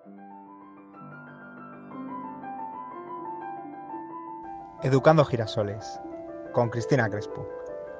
Educando Girasoles, con Cristina Crespo.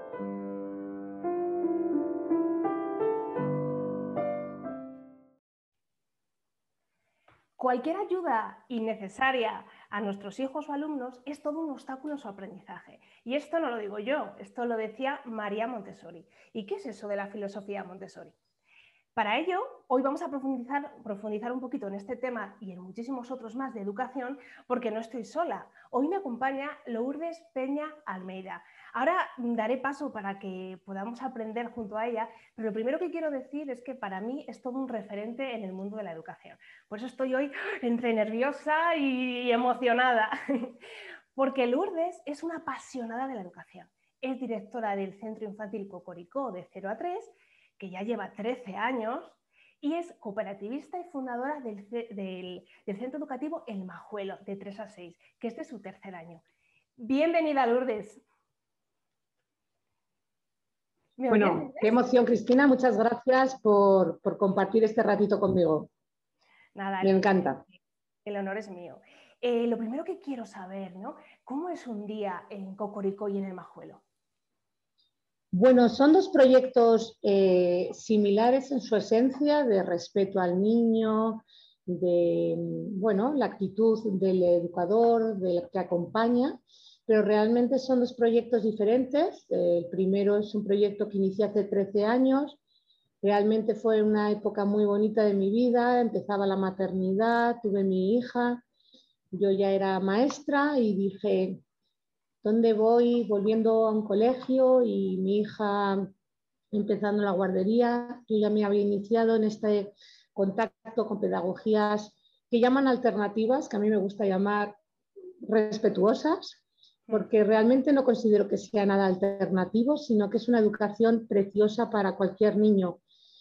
Cualquier ayuda innecesaria a nuestros hijos o alumnos es todo un obstáculo en su aprendizaje. Y esto no lo digo yo, esto lo decía María Montessori. ¿Y qué es eso de la filosofía Montessori? Para ello, hoy vamos a profundizar un poquito en este tema y en muchísimos otros más de educación, porque no estoy sola. Hoy me acompaña Lourdes Peña Almeida. Ahora daré paso para que podamos aprender junto a ella, pero lo primero que quiero decir es que para mí es todo un referente en el mundo de la educación. Por eso estoy hoy entre nerviosa y emocionada, porque Lourdes es una apasionada de la educación. Es directora del Centro Infantil Cocoricó de 0 a 3, que ya lleva 13 años, y es cooperativista y fundadora del Centro Educativo El Majuelo, de 3 a 6, que este es su tercer año. Bienvenida, Lourdes. Bueno, qué emoción, Cristina. Muchas gracias por compartir este ratito conmigo. Nada, me encanta. El honor es mío. Lo primero que quiero saber, ¿no? ¿Cómo es un día en Cocoricó y en El Majuelo? Bueno, son dos proyectos similares en su esencia, de respeto al niño, de la actitud del educador, del que acompaña, pero realmente son dos proyectos diferentes. El primero es un proyecto que inicié hace 13 años. Realmente fue una época muy bonita de mi vida. Empezaba la maternidad, tuve mi hija, yo ya era maestra y dije, ¿dónde voy? Volviendo a un colegio y mi hija empezando la guardería. Yo ya me había iniciado en este contacto con pedagogías que llaman alternativas, que a mí me gusta llamar respetuosas, porque realmente no considero que sea nada alternativo, sino que es una educación preciosa para cualquier niño.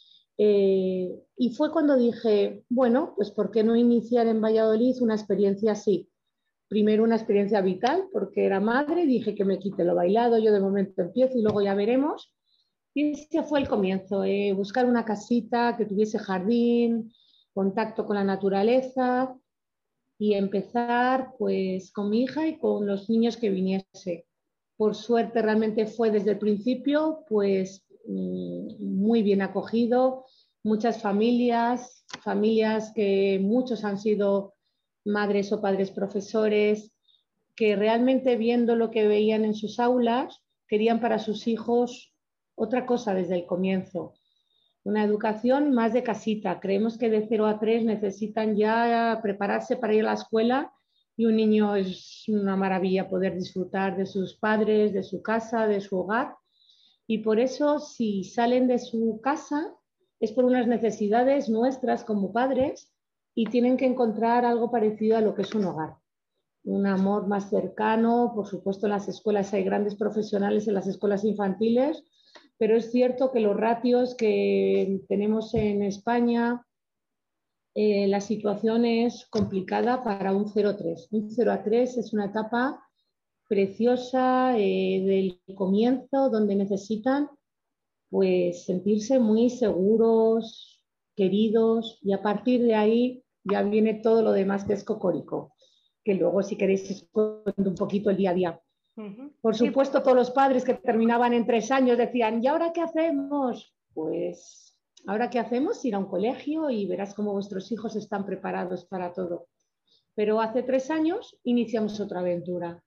Y fue cuando dije, bueno, pues ¿por qué no iniciar en Valladolid una experiencia así? Primero una experiencia vital, porque era madre, dije que me quite lo bailado, yo de momento empiezo y luego ya veremos. Y ese fue el comienzo, buscar una casita que tuviese jardín, contacto con la naturaleza y empezar pues con mi hija y con los niños que viniese. Por suerte realmente fue desde el principio pues muy bien acogido, muchas familias que muchos han sido madres o padres profesores, que realmente viendo lo que veían en sus aulas querían para sus hijos otra cosa desde el comienzo. Una educación más de casita. Creemos que de 0 a 3 necesitan ya prepararse para ir a la escuela y un niño es una maravilla poder disfrutar de sus padres, de su casa, de su hogar. Y por eso, si salen de su casa, es por unas necesidades nuestras como padres y tienen que encontrar algo parecido a lo que es un hogar. Un amor más cercano. Por supuesto, en las escuelas hay grandes profesionales, en las escuelas infantiles, pero es cierto que los ratios que tenemos en España, la situación es complicada para un 0-3. Un 0 a 3 es una etapa preciosa del comienzo, donde necesitan pues sentirse muy seguros, queridos, y a partir de ahí ya viene todo lo demás que es Cocorico, que luego si queréis os cuento un poquito el día a día. Por supuesto, todos los padres que terminaban en 3 años decían, ¿y ahora qué hacemos? Pues, ¿ahora qué hacemos? Ir a un colegio y verás cómo vuestros hijos están preparados para todo. Pero hace 3 años iniciamos otra aventura.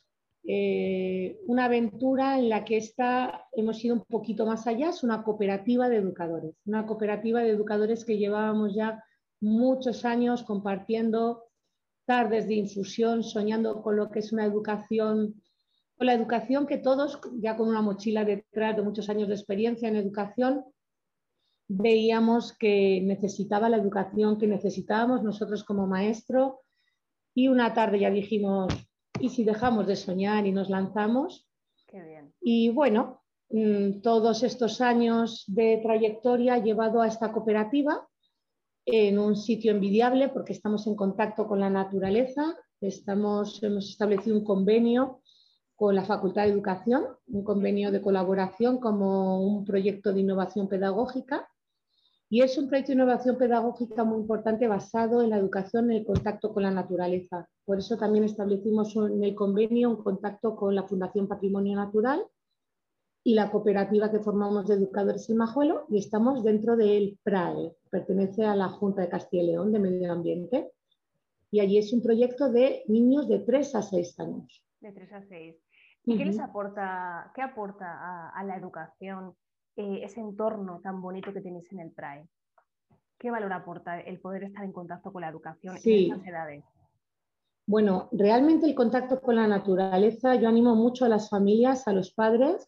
Una aventura en la que hemos ido un poquito más allá, es una cooperativa de educadores. Una cooperativa de educadores que llevábamos ya muchos años compartiendo tardes de infusión, soñando con lo que es una educación, con la educación que todos, ya con una mochila detrás de muchos años de experiencia en educación, veíamos que necesitaba la educación que necesitábamos nosotros como maestro. Y una tarde ya dijimos, ¿y si dejamos de soñar y nos lanzamos? Qué bien. Y bueno, todos estos años de trayectoria he llevado a esta cooperativa en un sitio envidiable porque estamos en contacto con la naturaleza. Hemos establecido un convenio con la Facultad de Educación, un convenio de colaboración como un proyecto de innovación pedagógica, Y es un proyecto de innovación pedagógica muy importante basado en la educación en el contacto con la naturaleza. Por eso también establecimos en el convenio un contacto con la Fundación Patrimonio Natural y la cooperativa que formamos de educadores El Majuelo, y estamos dentro del PRAE, pertenece a la Junta de Castilla y León de Medio Ambiente. Y allí es un proyecto de niños de 3 a 6 años. De 3 a 6. ¿Y qué les aporta, qué aporta a la educación ese entorno tan bonito que tenéis en el PRAE? ¿Qué valor aporta el poder estar en contacto con la educación en estas edades? Bueno, realmente el contacto con la naturaleza, yo animo mucho a las familias, a los padres,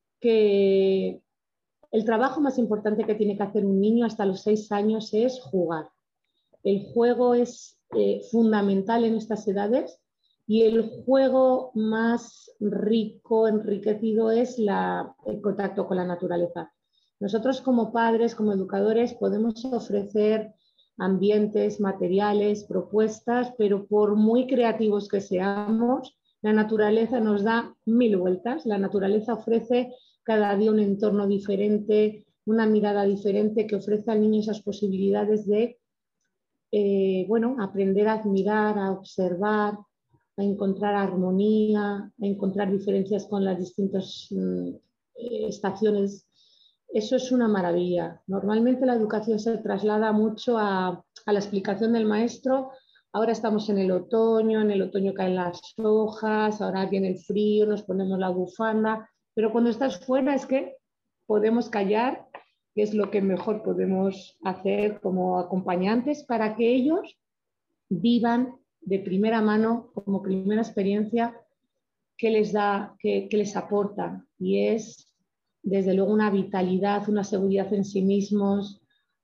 que el trabajo más importante que tiene que hacer un niño hasta los 6 años es jugar. El juego es fundamental en estas edades y el juego más rico, enriquecido es el contacto con la naturaleza. Nosotros como padres, como educadores, podemos ofrecer ambientes, materiales, propuestas, pero por muy creativos que seamos, la naturaleza nos da 1000 vueltas. La naturaleza ofrece cada día un entorno diferente, una mirada diferente que ofrece al niño esas posibilidades de aprender a admirar, a observar, a encontrar armonía, a encontrar diferencias con las distintas estaciones. Eso es una maravilla. Normalmente la educación se traslada mucho a la explicación del maestro. Ahora estamos en el otoño caen las hojas, ahora viene el frío, nos ponemos la bufanda, pero cuando estás fuera es que podemos callar, que es lo que mejor podemos hacer como acompañantes para que ellos vivan de primera mano, como primera experiencia, que les da, que les aporta. Y es, desde luego, una vitalidad, una seguridad en sí mismos,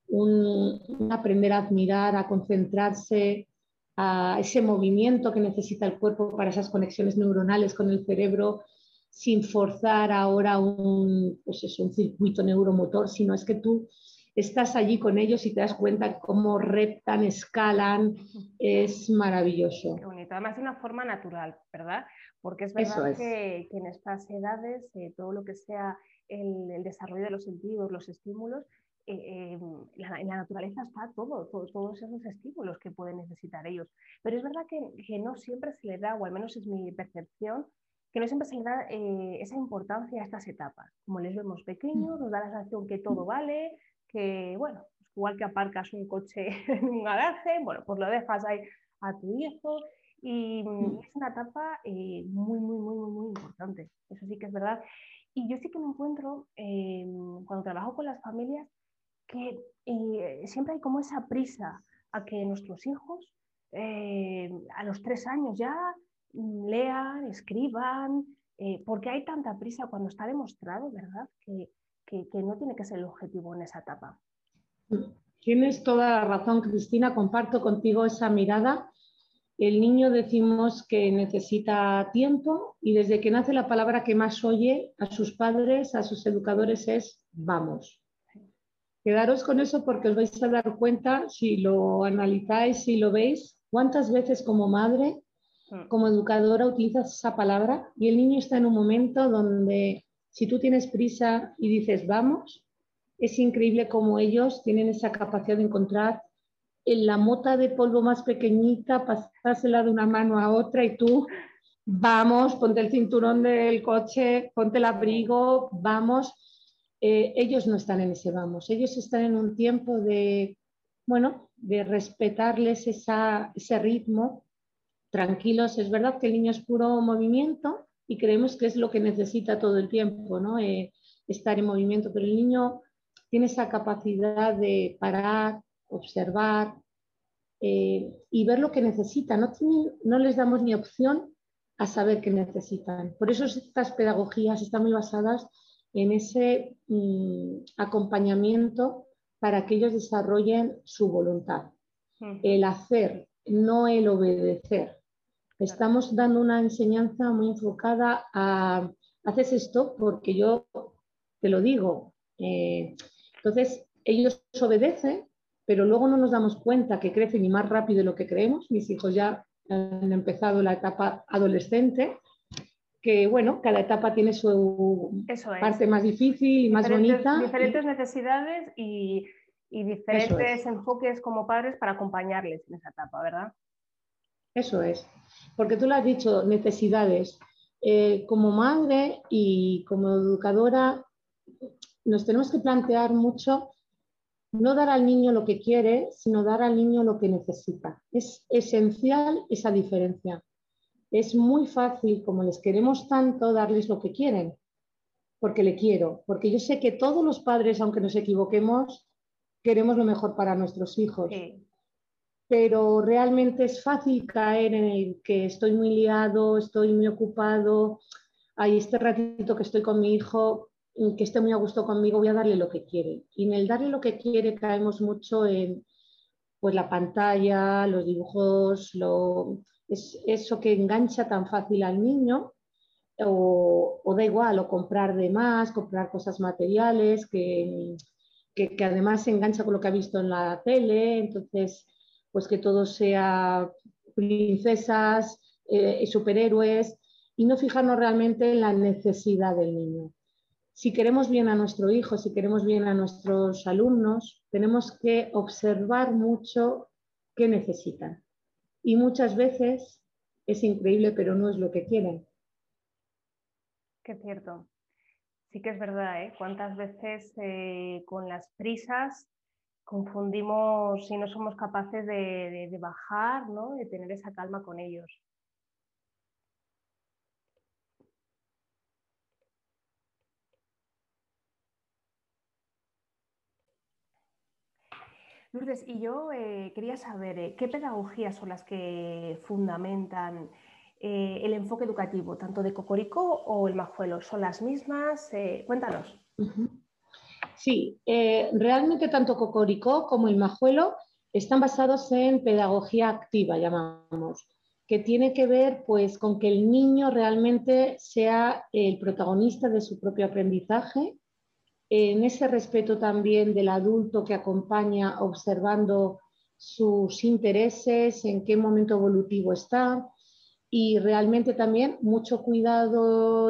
un aprender a admirar, a concentrarse, a ese movimiento que necesita el cuerpo para esas conexiones neuronales con el cerebro, sin forzar ahora un circuito neuromotor, sino es que tú estás allí con ellos y te das cuenta cómo reptan, escalan, es maravilloso. Qué bonito, además de una forma natural, ¿verdad? Porque es verdad que en estas edades todo lo que sea el desarrollo de los sentidos, los estímulos, en la naturaleza está todos esos estímulos que pueden necesitar ellos. Pero es verdad que no siempre se le da, o al menos es mi percepción, que no siempre se le da esa importancia a estas etapas. Como les vemos pequeños, nos da la sensación que todo vale, que, bueno, pues igual que aparcas un coche en un garaje, bueno, pues lo dejas ahí a tu hijo y es una etapa muy importante. Eso sí que es verdad. Y yo sí que me encuentro, cuando trabajo con las familias, que siempre hay como esa prisa a que nuestros hijos a los 3 años ya lean, escriban, porque hay tanta prisa cuando está demostrado, ¿verdad? Que no tiene que ser el objetivo en esa etapa. Tienes toda la razón, Cristina, comparto contigo esa mirada. El niño decimos que necesita tiempo y desde que nace la palabra que más oye a sus padres, a sus educadores es vamos. Quedaros con eso porque os vais a dar cuenta, si lo analizáis, si lo veis, cuántas veces como madre, como educadora utilizas esa palabra y el niño está en un momento donde si tú tienes prisa y dices vamos, es increíble cómo ellos tienen esa capacidad de encontrar en la mota de polvo más pequeñita, pasársela de una mano a otra y tú, vamos, ponte el cinturón del coche, ponte el abrigo, vamos. Ellos no están en ese vamos, ellos están en un tiempo de, bueno, de respetarles ese ritmo, tranquilos. Es verdad que el niño es puro movimiento y creemos que es lo que necesita todo el tiempo, ¿no? Estar en movimiento, pero el niño tiene esa capacidad de parar, observar y ver lo que necesita. No les damos ni opción a saber qué necesitan. Por eso estas pedagogías están muy basadas en ese acompañamiento para que ellos desarrollen su voluntad. El hacer, no el obedecer. Estamos dando una enseñanza muy enfocada a haces esto porque yo te lo digo. Entonces, ellos obedecen, pero luego no nos damos cuenta que crecen y más rápido de lo que creemos. Mis hijos ya han empezado la etapa adolescente, que bueno, cada etapa tiene su parte más difícil y más bonita. Diferentes necesidades y y Eso diferentes es. enfoques como padres para acompañarles en esa etapa, ¿verdad? Eso es, porque tú lo has dicho, necesidades. Como madre y como educadora nos tenemos que plantear mucho no dar al niño lo que quiere, sino dar al niño lo que necesita. Es esencial esa diferencia. Es muy fácil, como les queremos tanto, darles lo que quieren, porque le quiero, porque yo sé que todos los padres, aunque nos equivoquemos, queremos lo mejor para nuestros hijos. Sí. Pero realmente es fácil caer en el que estoy muy liado, estoy muy ocupado, hay este ratito que estoy con mi hijo, que esté muy a gusto conmigo, voy a darle lo que quiere. Y en el darle lo que quiere caemos mucho en pues, la pantalla, los dibujos, es eso que engancha tan fácil al niño, o da igual, o comprar de más, comprar cosas materiales que además se engancha con lo que ha visto en la tele, entonces, pues que todo sea princesas, superhéroes, y no fijarnos realmente en la necesidad del niño. Si queremos bien a nuestro hijo, si queremos bien a nuestros alumnos, tenemos que observar mucho qué necesitan. Y muchas veces es increíble, pero no es lo que quieren. Qué cierto. Sí que es verdad, ¿eh? Cuántas veces con las prisas confundimos y no somos capaces de bajar, ¿no? De tener esa calma con ellos. Lourdes, y yo quería saber qué pedagogías son las que fundamentan el enfoque educativo, tanto de Cocorico o el Majuelo. ¿Son las mismas? Cuéntanos. Sí, realmente tanto Cocoricó como el Majuelo están basados en pedagogía activa, llamamos, que tiene que ver pues, con que el niño realmente sea el protagonista de su propio aprendizaje, en ese respeto también del adulto que acompaña observando sus intereses, en qué momento evolutivo está, y realmente también mucho cuidado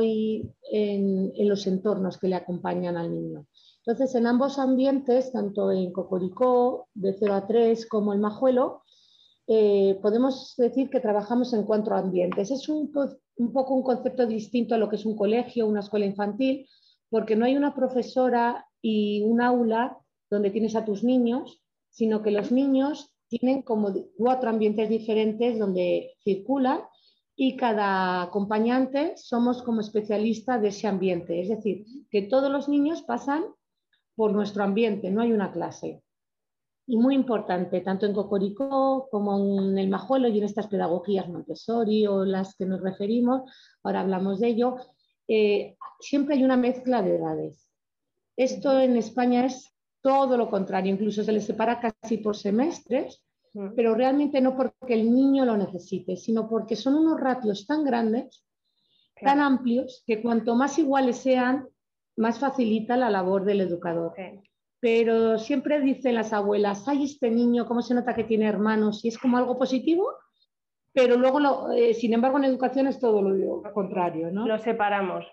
en los entornos que le acompañan al niño. Entonces, en ambos ambientes, tanto en Cocoricó, de 0 a 3, como el Majuelo, podemos decir que trabajamos en 4 ambientes. Es un poco un concepto distinto a lo que es un colegio, una escuela infantil, porque no hay una profesora y un aula donde tienes a tus niños, sino que los niños tienen como 4 ambientes diferentes donde circulan y cada acompañante somos como especialista de ese ambiente. Es decir, que todos los niños pasan por nuestro ambiente, no hay una clase. Y muy importante, tanto en Cocoricó como en el Majuelo y en estas pedagogías Montessori o las que nos referimos, ahora hablamos de ello, siempre hay una mezcla de edades. Esto en España es todo lo contrario, incluso se les separa casi por semestres, pero realmente no porque el niño lo necesite, sino porque son unos ratios tan grandes, tan amplios, que cuanto más iguales sean, más facilita la labor del educador. Pero siempre dicen las abuelas, ay, este niño, ¿cómo se nota que tiene hermanos? Y es como algo positivo, pero luego, sin embargo, en educación es todo lo contrario, ¿no? Lo separamos.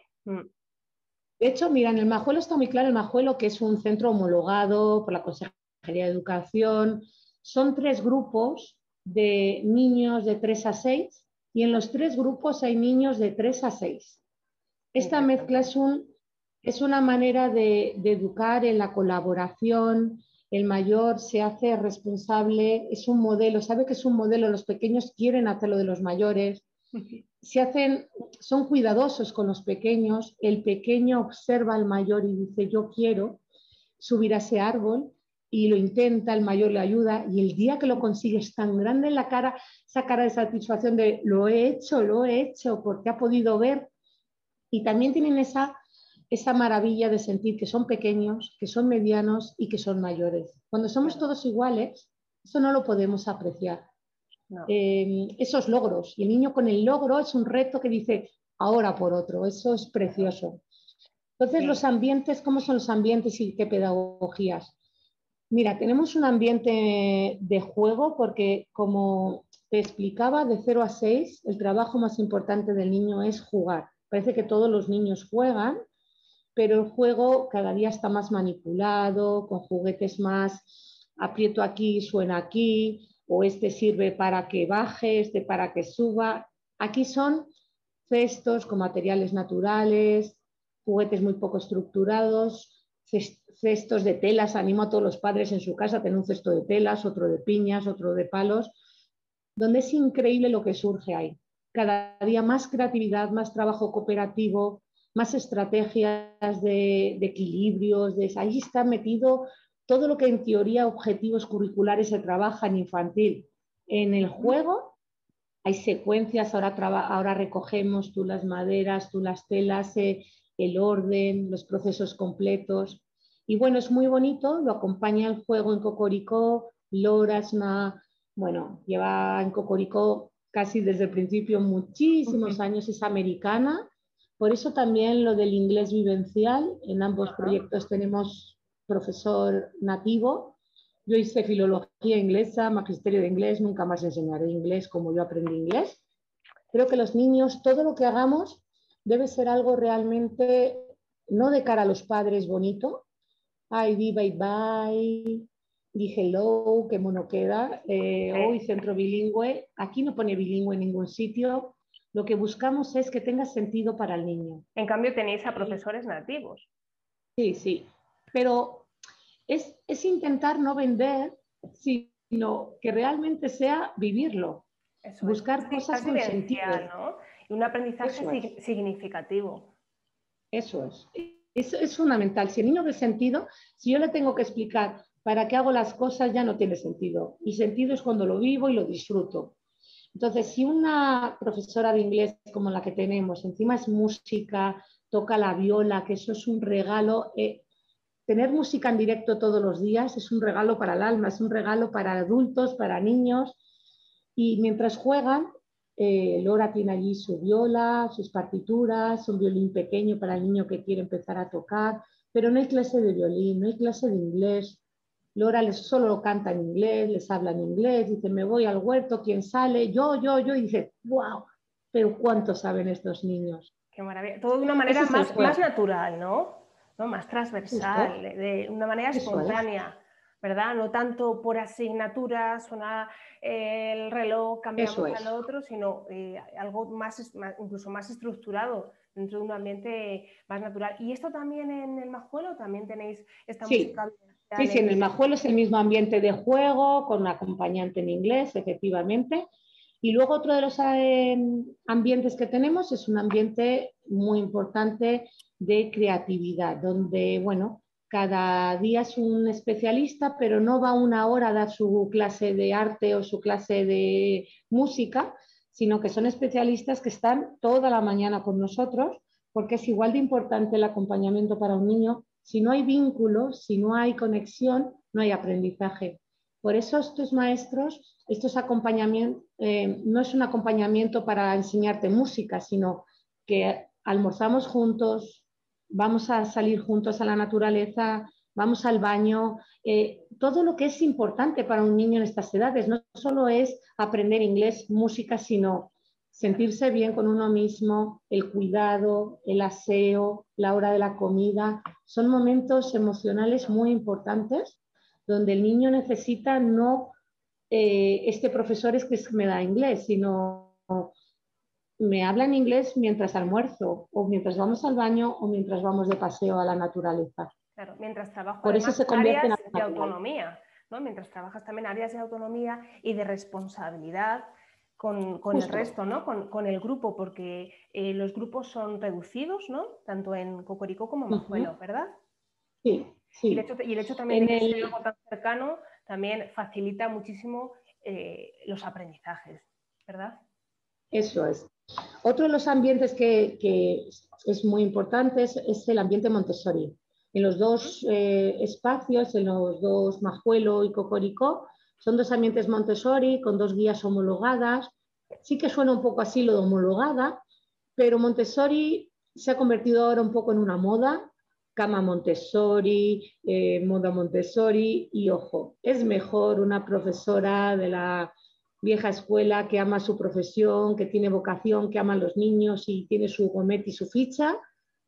De hecho, mira, en el Majuelo está muy claro, el Majuelo, que es un centro homologado por la Consejería de Educación. Son 3 grupos de niños de 3 a 6 y en los 3 grupos hay niños de 3 a 6. Esta mezcla es una manera de educar en la colaboración. El mayor se hace responsable, es un modelo, sabe que es un modelo, los pequeños quieren hacerlo de los mayores. Son cuidadosos con los pequeños, el pequeño observa al mayor y dice yo quiero subir a ese árbol y lo intenta, el mayor le ayuda y el día que lo consigue es tan grande en la cara, esa cara de satisfacción de lo he hecho porque ha podido ver, y también tienen esa maravilla de sentir que son pequeños, que son medianos y que son mayores. Cuando somos todos iguales, eso no lo podemos apreciar. No. Esos logros. Y el niño con el logro es un reto que dice, ahora por otro. Eso es precioso. Entonces, los ambientes, ¿cómo son los ambientes y qué pedagogías? Mira, tenemos un ambiente de juego porque, como te explicaba, de 0 a 6, el trabajo más importante del niño es jugar. Parece que todos los niños juegan, pero el juego cada día está más manipulado, con juguetes más, aprieto aquí, suena aquí, o este sirve para que baje, este para que suba. Aquí son cestos con materiales naturales, juguetes muy poco estructurados, cestos de telas. Animo a todos los padres en su casa a tener un cesto de telas, otro de piñas, otro de palos, donde es increíble lo que surge ahí. Cada día más creatividad, más trabajo cooperativo, más estrategias de equilibrios. Ahí está metido todo lo que en teoría objetivos curriculares se trabaja en infantil. En el juego hay secuencias, ahora recogemos tú las maderas, tú las telas, el orden, los procesos completos. Y bueno, es muy bonito, lo acompaña el juego en Cocoricó. Lora es una, bueno, lleva en Cocoricó casi desde el principio muchísimos años, es americana. Por eso también lo del inglés vivencial, en ambos proyectos tenemos profesor nativo. Yo hice filología inglesa, magisterio de inglés, nunca más enseñaré inglés como yo aprendí inglés. Creo que los niños, todo lo que hagamos debe ser algo realmente, no de cara a los padres bonito. Ay, di bye bye, di hello, qué mono queda. Hoy centro bilingüe. Aquí no pone bilingüe en ningún sitio. Lo que buscamos es que tenga sentido para el niño. En cambio tenéis a profesores nativos. Sí, sí. Pero es intentar no vender, sino que realmente sea vivirlo. Eso buscar cosas con sentido, ¿no? Y un aprendizaje significativo. Eso es fundamental. Si el niño ve sentido, si yo le tengo que explicar para qué hago las cosas, ya no tiene sentido. Y sentido es cuando lo vivo y lo disfruto. Entonces, si una profesora de inglés como la que tenemos, encima es música, toca la viola, que eso es un regalo. Tener música en directo todos los días es un regalo para el alma, es un regalo para adultos, para niños. Y mientras juegan, Lora tiene allí su viola, sus partituras, un violín pequeño para el niño que quiere empezar a tocar, pero no hay clase de violín, no hay clase de inglés. Lora solo canta en inglés, les habla en inglés, dice, me voy al huerto, ¿quién sale? Yo, y dice, wow, pero ¿cuánto saben estos niños? Qué maravilla. Todo de una manera más natural, ¿no? Más transversal, de una manera espontánea, ¿verdad? No tanto por asignaturas, suena el reloj, cambiamos al otro, sino algo incluso más estructurado dentro de un ambiente más natural. ¿Y esto también en el Majuelo? ¿También tenéis esta música? Sí, en el Majuelo es el mismo ambiente de juego, con acompañante en inglés, efectivamente. Y luego otro de los ambientes que tenemos es un ambiente muy importante de creatividad, donde, bueno, cada día es un especialista, pero no va una hora a dar su clase de arte o su clase de música, sino que son especialistas que están toda la mañana con nosotros, porque es igual de importante el acompañamiento para un niño. Si no hay vínculo, si no hay conexión, no hay aprendizaje. Por eso estos maestros, estos acompañamientos, no es un acompañamiento para enseñarte música, sino que almorzamos juntos, vamos a salir juntos a la naturaleza, vamos al baño, todo lo que es importante para un niño en estas edades. No solo es aprender inglés, música, sino sentirse bien con uno mismo, el cuidado, el aseo, la hora de la comida. Son momentos emocionales muy importantes donde el niño necesita no este profesor es que me da inglés, sino me habla en inglés mientras almuerzo, o mientras vamos al baño, o mientras vamos de paseo a la naturaleza. Claro, mientras trabajo por eso se convierte áreas de autonomía, ¿no? Mientras trabajas también áreas de autonomía y de responsabilidad con el resto, ¿no? Con el grupo, porque los grupos son reducidos, ¿no? Tanto en Cocoricó como en Majuelo, ¿verdad? Sí, sí. Y el hecho también de que sea algo tan cercano también facilita muchísimo los aprendizajes, ¿verdad? Eso es. Otro de los ambientes que es muy importante es el ambiente Montessori. En los dos espacios, en los dos Majuelo y Cocoricó, son dos ambientes Montessori con dos guías homologadas. Sí que suena un poco así lo de homologada, pero Montessori se ha convertido ahora un poco en una moda. Cama Montessori, moda Montessori, y ojo, es mejor una profesora de la vieja escuela que ama su profesión, que tiene vocación, que ama a los niños y tiene su gomet y su ficha,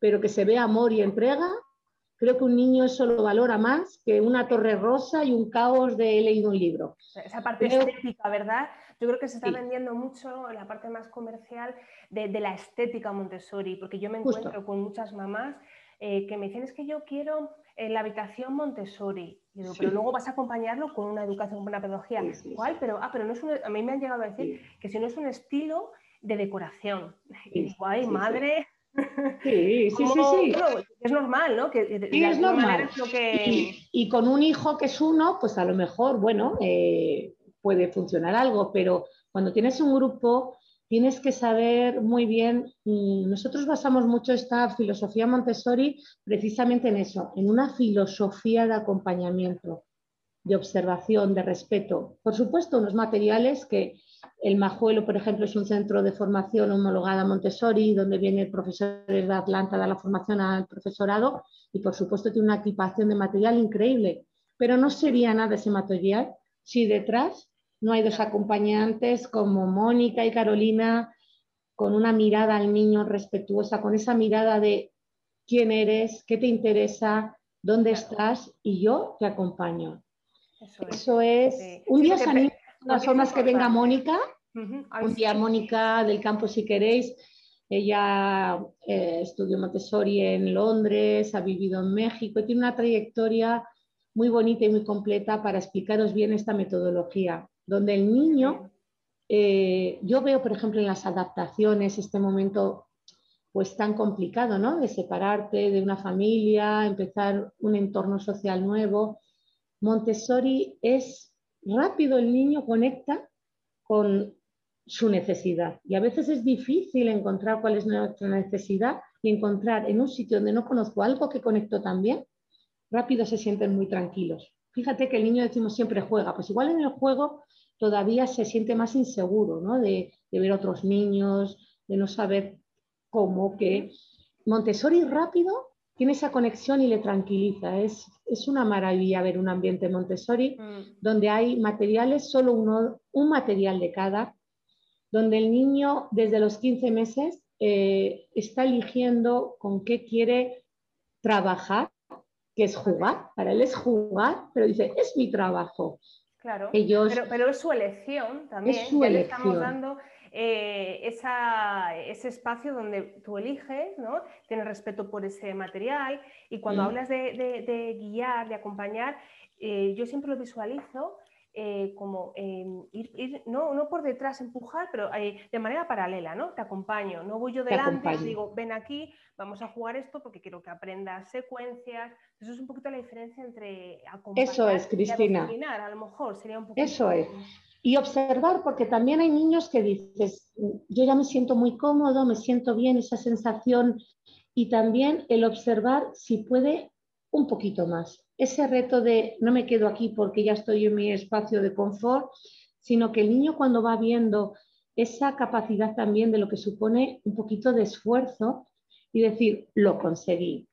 pero que se ve amor y entrega, creo que un niño eso lo valora más que una torre rosa y un caos de he leído un libro. Esa parte estética, ¿verdad? Yo creo que se está Sí. vendiendo mucho la parte más comercial de la estética Montessori, porque yo me encuentro Justo. con muchas mamás que me dicen, es que yo quiero la habitación Montessori. Y digo, Sí. pero luego vas a acompañarlo con una educación, con una pedagogía. Sí, sí, ¿Cuál? sí. Pero no es a mí me han llegado a decir que si no es un estilo de decoración. Y digo, ay, madre. Sí, sí, sí, sí. Bueno, es normal, ¿no? Que Sí, de es alguna manera normal. es lo que... Y con un hijo que es uno, pues a lo mejor, bueno, puede funcionar algo, pero cuando tienes un grupo tienes que saber muy bien, nosotros basamos mucho esta filosofía Montessori precisamente en eso, en una filosofía de acompañamiento, de observación, de respeto. Por supuesto, unos materiales que el Majuelo, por ejemplo, es un centro de formación homologada Montessori, donde vienen profesores de Atlanta a dar la formación al profesorado y, por supuesto, tiene una equipación de material increíble. Pero no sería nada ese material si detrás no hay dos acompañantes como Mónica y Carolina con una mirada al niño respetuosa, con esa mirada de quién eres, qué te interesa, dónde estás y yo te acompaño. Eso es. Sí. Un Sí, día os animo a las porque es formas que venga importante. Mónica. Ay, Un sí. día Mónica del campo, si queréis. Ella estudió Montessori en Londres, ha vivido en México y tiene una trayectoria muy bonita y muy completa para explicaros bien esta metodología, donde el niño, yo veo, por ejemplo, en las adaptaciones, este momento pues tan complicado, ¿no? De separarte de una familia, empezar un entorno social nuevo. Montessori es rápido, el niño conecta con su necesidad y a veces es difícil encontrar cuál es nuestra necesidad y encontrar en un sitio donde no conozco algo que conecto también, rápido se sienten muy tranquilos. Fíjate que el niño decimos siempre juega, pues igual en el juego todavía se siente más inseguro, ¿no? De ver a otros niños, de no saber cómo, qué. Montessori rápido tiene esa conexión y le tranquiliza. Es una maravilla ver un ambiente Montessori donde hay materiales, solo un material de cada, donde el niño desde los 15 meses está eligiendo con qué quiere trabajar, que es jugar. Para él es jugar, pero dice, es mi trabajo. Claro, Ellos, pero es su elección también. es su Ya le estamos elección. dando ese espacio donde tú eliges, ¿no? Tienes respeto por ese material y cuando hablas de guiar, de acompañar, yo siempre lo visualizo como ir no por detrás empujar, pero de manera paralela, ¿no? Te acompaño, no voy yo delante y te digo, ven aquí, vamos a jugar esto porque quiero que aprendas secuencias. Eso es un poquito la diferencia entre acompañar Eso es, y Cristina. adoctrinar, a lo mejor sería un poquito... Eso es. Y observar, porque también hay niños que dices, yo ya me siento muy cómodo, me siento bien, esa sensación, y también el observar si puede un poquito más. Ese reto de no me quedo aquí porque ya estoy en mi espacio de confort, sino que el niño cuando va viendo esa capacidad también de lo que supone un poquito de esfuerzo y decir, lo conseguí.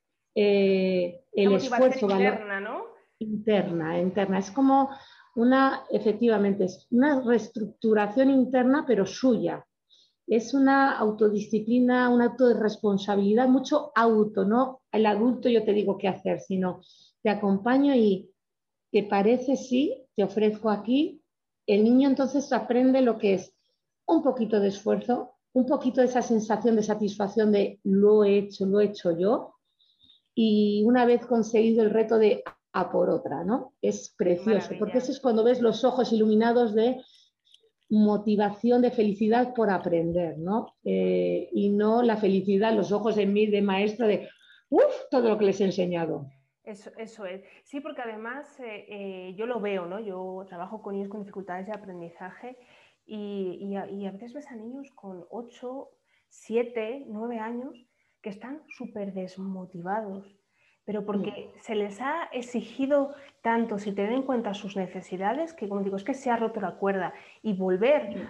El esfuerzo, valor interna, ¿no? interna. Es como efectivamente, es una reestructuración interna, pero suya. Es una autodisciplina, un acto de responsabilidad, mucho auto, ¿no? El adulto yo te digo qué hacer, sino te acompaño y te parece, sí, te ofrezco aquí. El niño entonces aprende lo que es un poquito de esfuerzo, un poquito de esa sensación de satisfacción de lo he hecho yo. Y una vez conseguido el reto de a por otra, ¿no? Es precioso, porque eso es cuando ves los ojos iluminados de motivación, de felicidad por aprender, ¿no? Y no la felicidad, los ojos en mí de maestra de, todo lo que les he enseñado. Eso es. Sí, porque además yo lo veo, ¿no? Yo trabajo con niños con dificultades de aprendizaje y a veces ves a niños con 8, 7, 9 años que están súper desmotivados, pero porque se les ha exigido tanto, si tienen en cuenta sus necesidades, que como digo, es que se ha roto la cuerda y volver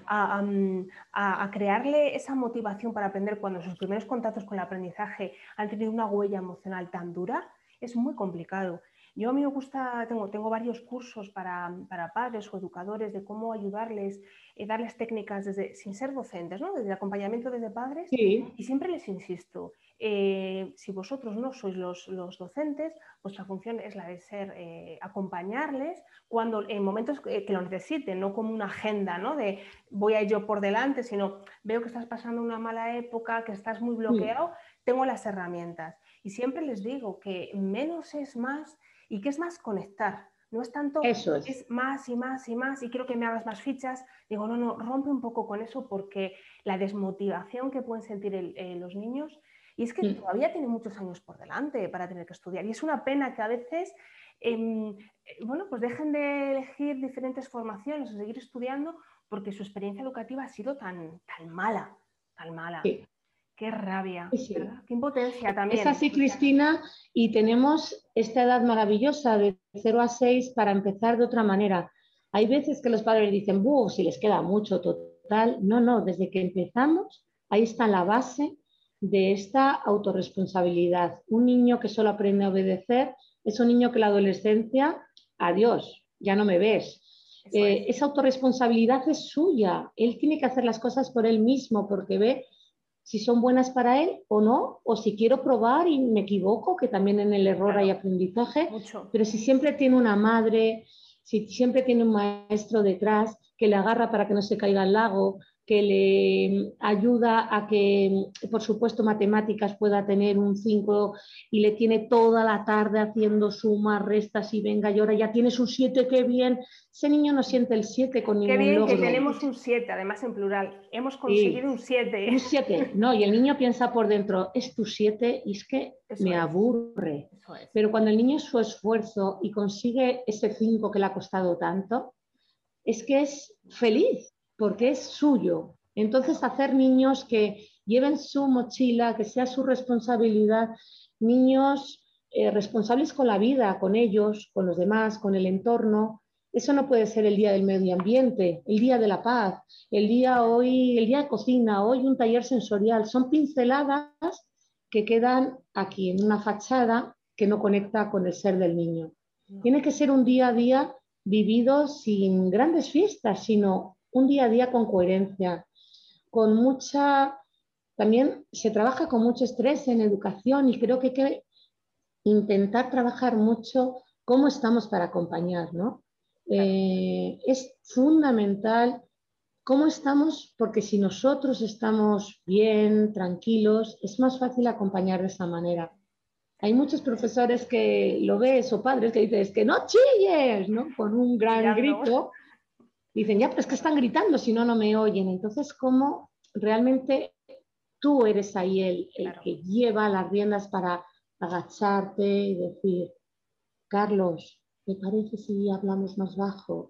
a crearle esa motivación para aprender cuando sus primeros contactos con el aprendizaje han tenido una huella emocional tan dura, es muy complicado. Yo a mí me gusta, tengo varios cursos para padres o educadores de cómo ayudarles, darles técnicas sin ser docentes, ¿no? Desde el acompañamiento desde padres, Sí. y siempre les insisto, si vosotros no sois los docentes, vuestra función es la de ser acompañarles cuando en momentos que lo necesiten, no como una agenda, ¿no? De voy a ir yo por delante, sino veo que estás pasando una mala época, que estás muy bloqueado, tengo las herramientas. Y siempre les digo que menos es más y que es más conectar. No es tanto, Eso es más y más y más y quiero que me hagas más fichas. Digo, no, rompe un poco con eso porque la desmotivación que pueden sentir los niños, y es que todavía tienen muchos años por delante para tener que estudiar. Y es una pena que a veces bueno, pues dejen de elegir diferentes formaciones o seguir estudiando porque su experiencia educativa ha sido tan mala, tan mala. Sí. Qué rabia, Sí. ¿verdad? Qué impotencia también. Es así, Cristina, y tenemos esta edad maravillosa de 0 a 6 para empezar de otra manera. Hay veces que los padres dicen, si les queda mucho, total. No, desde que empezamos, ahí está la base de esta autorresponsabilidad. Un niño que solo aprende a obedecer es un niño que en la adolescencia, adiós, ya no me ves. Esa autorresponsabilidad es suya. Él tiene que hacer las cosas por él mismo porque ve si son buenas para él o no, o si quiero probar y me equivoco, que también en el error hay aprendizaje, pero si siempre tiene una madre, si siempre tiene un maestro detrás que le agarra para que no se caiga al lago, que le ayuda a que, por supuesto, matemáticas pueda tener un 5 y le tiene toda la tarde haciendo sumas, restas y venga, y ahora ya tienes un 7, qué bien. Ese niño no siente el 7 con ningún logro. Qué bien logro. que tenemos un 7, además en plural. Hemos conseguido un 7. Un 7, no, y el niño piensa por dentro, es tu 7 y es que me aburre. Pero cuando el niño es su esfuerzo y consigue ese 5 que le ha costado tanto, es que es feliz porque es suyo. Entonces, hacer niños que lleven su mochila, que sea su responsabilidad, niños responsables con la vida, con ellos, con los demás, con el entorno. Eso no puede ser el día del medio ambiente, el día de la paz, el día de cocina, hoy un taller sensorial. Son pinceladas que quedan aquí en una fachada que no conecta con el ser del niño. Tiene que ser un día a día vivido sin grandes fiestas, sino un día a día con coherencia, con mucha... También se trabaja con mucho estrés en educación y creo que hay que intentar trabajar mucho cómo estamos para acompañar, ¿no? Es fundamental cómo estamos, porque si nosotros estamos bien, tranquilos, es más fácil acompañar de esa manera. Hay muchos profesores que lo ves o padres que dices que no chilles, ¿no? Con un gran grito. Dicen, ya, pero es que están gritando, si no, no me oyen. Entonces, ¿cómo realmente tú eres ahí el que lleva las riendas para agacharte y decir, Carlos, ¿te parece si hablamos más bajo?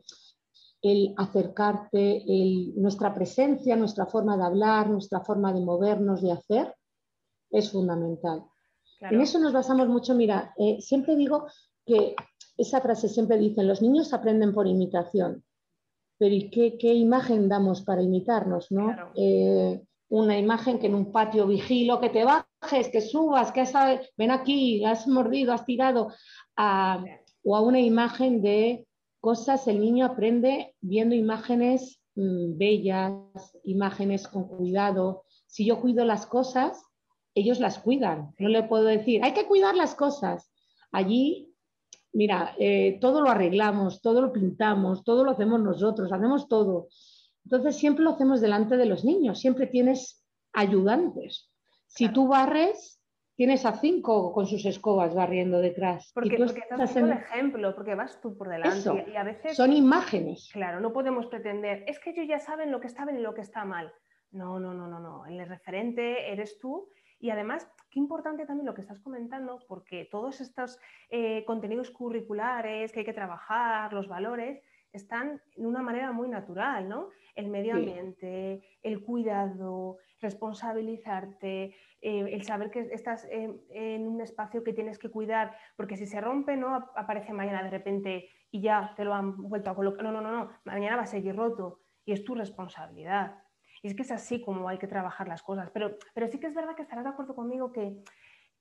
El acercarte, nuestra presencia, nuestra forma de hablar, nuestra forma de movernos, de hacer, es fundamental. En eso nos basamos mucho. Mira, siempre digo que esa frase siempre dicen, los niños aprenden por imitación, pero ¿y qué imagen damos para imitarnos, no? Una imagen que en un patio vigilo, que te bajes, que subas, que ven aquí, has mordido, has tirado, o a una imagen de cosas. El niño aprende viendo imágenes bellas, imágenes con cuidado. Si yo cuido las cosas, ellos las cuidan. No le puedo decir, hay que cuidar las cosas. Allí, mira, todo lo arreglamos, todo lo pintamos, todo lo hacemos nosotros, hacemos todo. Entonces siempre lo hacemos delante de los niños, siempre tienes ayudantes. Si tú barres, tienes a 5 con sus escobas barriendo detrás. Porque estás dando el ejemplo, porque vas tú por delante. Eso, y a veces son imágenes. Claro, no podemos pretender, es que ellos ya saben lo que está bien y lo que está mal. No. El referente eres tú. Y además, qué importante también lo que estás comentando, porque todos estos contenidos curriculares que hay que trabajar, los valores, están de una manera muy natural, ¿no? El medio ambiente, el cuidado, responsabilizarte, el saber que estás en un espacio que tienes que cuidar, porque si se rompe, no aparece mañana de repente y ya te lo han vuelto a colocar. No, mañana va a seguir roto y es tu responsabilidad. Y es que es así como hay que trabajar las cosas. Pero sí que es verdad que estarás de acuerdo conmigo que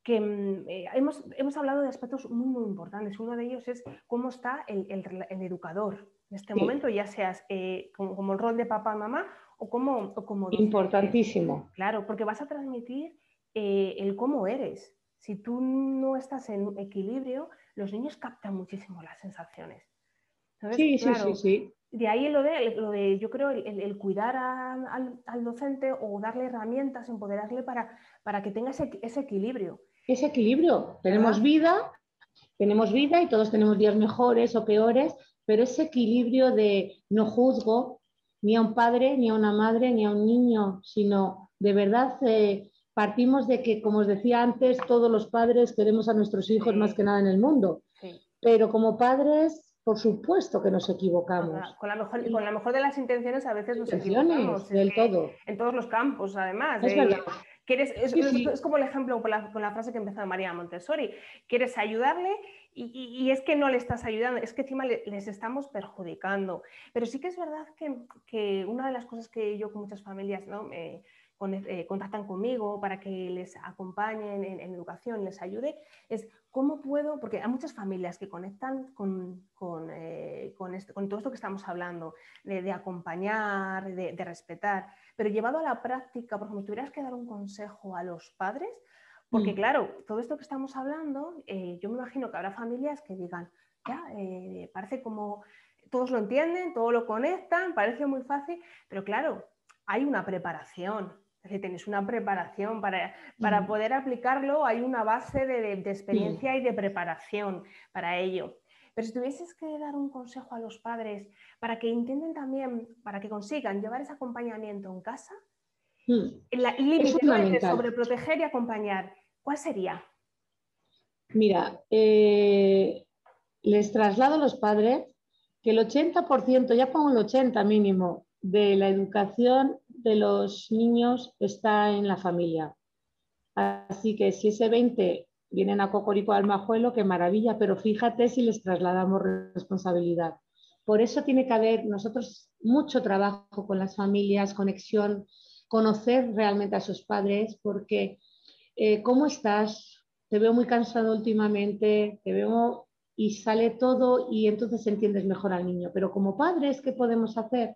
que hemos hablado de aspectos muy, muy importantes. Uno de ellos es cómo está el educador en este momento, ya seas como el rol de papá, mamá o como docente. Importantísimo. Claro, porque vas a transmitir el cómo eres. Si tú no estás en equilibrio, los niños captan muchísimo las sensaciones. Entonces, claro, sí. De ahí lo de yo creo, el cuidar al docente o darle herramientas, empoderarle para que tenga ese equilibrio. Ese equilibrio. ¿Verdad? Tenemos vida y todos tenemos días mejores o peores, pero ese equilibrio de no juzgo ni a un padre, ni a una madre, ni a un niño, sino de verdad partimos de que, como os decía antes, todos los padres queremos a nuestros hijos más que nada en el mundo. Sí. Pero como padres, por supuesto que nos equivocamos. Con la mejor de las intenciones a veces nos equivocamos. Del todo. En todos los campos, además. Es verdad. Es como el ejemplo con la frase que empezó María Montessori. Quieres ayudarle y es que no le estás ayudando, es que encima les estamos perjudicando. Pero sí que es verdad que una de las cosas que yo con muchas familias, ¿no? Contactan conmigo para que les acompañen en educación, les ayude, es cómo puedo, porque hay muchas familias que conectan con todo esto que estamos hablando, de acompañar, de respetar, pero llevado a la práctica, por ejemplo, si tuvieras que dar un consejo a los padres, porque claro, todo esto que estamos hablando, yo me imagino que habrá familias que digan, ya, parece como todos lo entienden, todos lo conectan, parece muy fácil, pero claro, hay una preparación. Es decir, tenéis una preparación para poder aplicarlo, hay una base de experiencia y de preparación para ello. Pero si tuvieses que dar un consejo a los padres para que intenten también, para que consigan llevar ese acompañamiento en casa, el límite, ¿no?, entre sobreproteger y acompañar, ¿cuál sería? Mira, les traslado a los padres que el 80%, ya pongo el 80% mínimo, de la educación de los niños está en la familia. Así que si ese 20% vienen a Cocorico al Majuelo, qué maravilla, pero fíjate si les trasladamos responsabilidad. Por eso tiene que haber nosotros mucho trabajo con las familias, conexión, conocer realmente a sus padres, porque ¿cómo estás? Te veo muy cansado últimamente, te veo y sale todo y entonces entiendes mejor al niño. Pero como padres, ¿qué podemos hacer?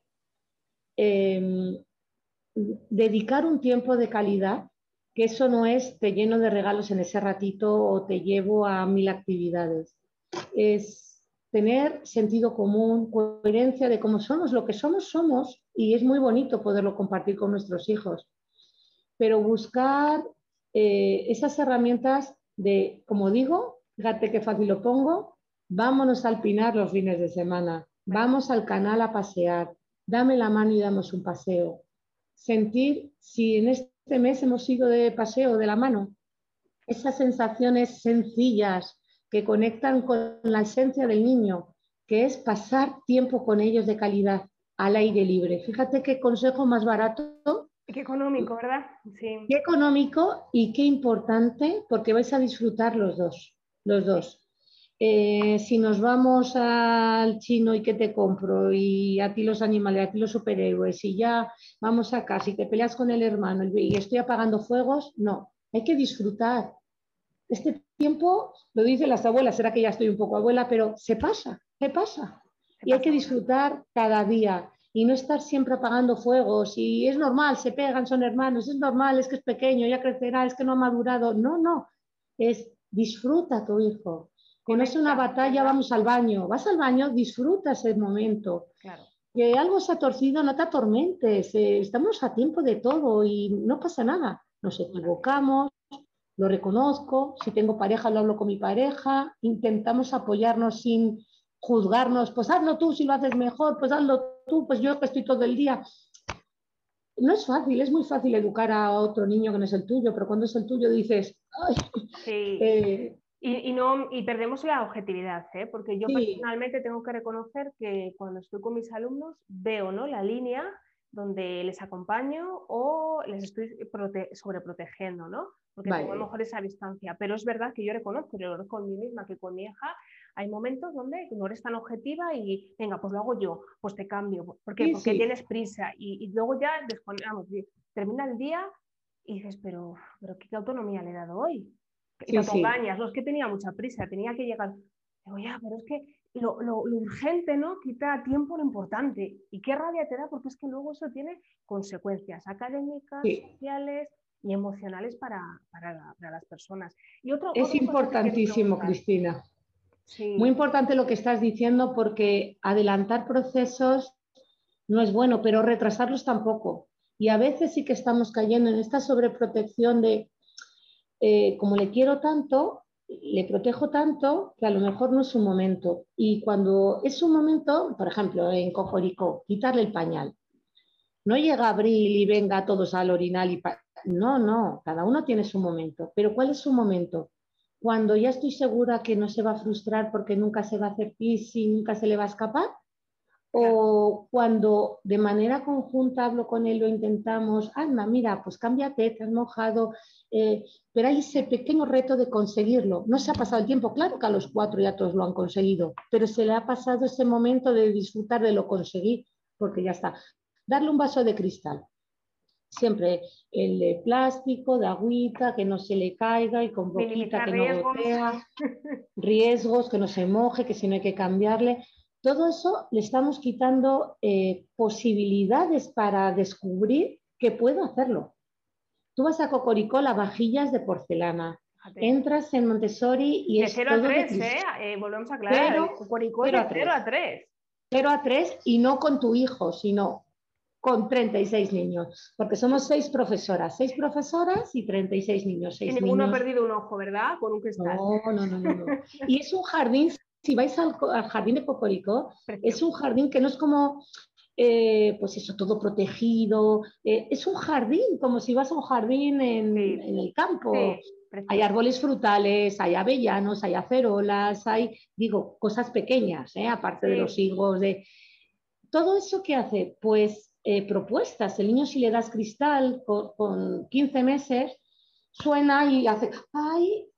Dedicar un tiempo de calidad, que eso no es te lleno de regalos en ese ratito o te llevo a 1000 actividades. Es tener sentido común, coherencia de cómo somos, lo que somos, somos, y es muy bonito poderlo compartir con nuestros hijos. Pero buscar esas herramientas de, como digo, fíjate qué fácil lo pongo, vámonos al Pinar los fines de semana, vamos al canal a pasear, dame la mano y damos un paseo. Sentir si en este mes hemos ido de paseo de la mano, esas sensaciones sencillas que conectan con la esencia del niño, que es pasar tiempo con ellos de calidad al aire libre. Fíjate qué consejo más barato. Qué económico, ¿verdad? Sí. Qué económico y qué importante, porque vais a disfrutar los dos. Los dos. Si nos vamos al chino y que te compro, y a ti los animales, a ti los superhéroes, y ya vamos a casa y te peleas con el hermano y estoy apagando fuegos, no, hay que disfrutar. Este tiempo, lo dicen las abuelas, será que ya estoy un poco abuela, pero se pasa, se pasa. Y hay que disfrutar cada día y no estar siempre apagando fuegos. Y es normal, se pegan, son hermanos, es normal, es que es pequeño, ya crecerá, es que no ha madurado. No, no, es disfruta a tu hijo. Que no es una batalla, vamos al baño. Vas al baño, disfruta ese momento. Claro. Que algo se ha torcido, no te atormentes. Estamos a tiempo de todo y no pasa nada. Nos equivocamos, lo reconozco. Si tengo pareja, lo hablo con mi pareja. Intentamos apoyarnos sin juzgarnos. Pues hazlo tú si lo haces mejor, pues hazlo tú, pues yo que estoy todo el día. No es fácil, es muy fácil educar a otro niño que no es el tuyo, pero cuando es el tuyo dices, ay, sí. Y perdemos la objetividad, ¿eh? Porque yo personalmente tengo que reconocer que cuando estoy con mis alumnos veo, ¿no?, la línea donde les acompaño o les estoy sobreprotegiendo, ¿no? Porque tengo a lo mejor esa distancia. Pero es verdad que yo reconozco, yo lo reconozco con mí misma, que con mi hija hay momentos donde no eres tan objetiva y venga, pues lo hago yo, pues te cambio. ¿Por qué? Porque tienes prisa. Y luego ya termina el día y dices, pero ¿qué autonomía le he dado hoy? y te engañas, no es que tenía mucha prisa, tenía que llegar. Digo, ya, pero es que lo urgente, ¿no? Quita tiempo lo importante. Y qué rabia te da, porque es que luego eso tiene consecuencias académicas, sociales y emocionales para las personas. Y es importantísimo, Cristina. Sí. Muy importante lo que estás diciendo, porque adelantar procesos no es bueno, pero retrasarlos tampoco. Y a veces sí que estamos cayendo en esta sobreprotección de, como le quiero tanto, le protejo tanto, que a lo mejor no es un momento. Y cuando es un momento, por ejemplo, en Cocorico, quitarle el pañal. No llega abril y venga todos al orinal y... No, no, cada uno tiene su momento. Pero ¿cuál es su momento? Cuando ya estoy segura que no se va a frustrar porque nunca se va a hacer pis y nunca se le va a escapar. O cuando de manera conjunta hablo con él, lo intentamos, Alma, mira, pues cámbiate, te has mojado, pero hay ese pequeño reto de conseguirlo. No se ha pasado el tiempo, claro que a los 4 ya todos lo han conseguido, pero se le ha pasado ese momento de disfrutar de lo conseguí, porque ya está. Darle un vaso de cristal, siempre el de plástico, de agüita, que no se le caiga y con boquita que no gotea, riesgos, que no se moje, que si no hay que cambiarle. Todo eso le estamos quitando posibilidades para descubrir que puedo hacerlo. Tú vas a Cocorico, la vajillas de porcelana. Fíjate. Entras en Montessori y de es 0 todo a 3, de volvemos a aclarar. Cocorico es de 0 a 3. 0 a 3 y no con tu hijo, sino con 36 niños, porque somos 6 profesoras y 36 niños. 6 y ninguno niños. Ha perdido un ojo, ¿verdad? Con un cristal. No. Y es un jardín, si vais al jardín de Cocorico, es un jardín que no es como, pues eso, todo protegido. Es un jardín, como si vas a un jardín en el campo. Sí, hay árboles frutales, hay avellanos, hay acerolas, hay, digo, cosas pequeñas, aparte de los higos, de... Todo eso que hace, pues propuestas. El niño, si le das cristal con 15 meses, suena y hace ¡ay!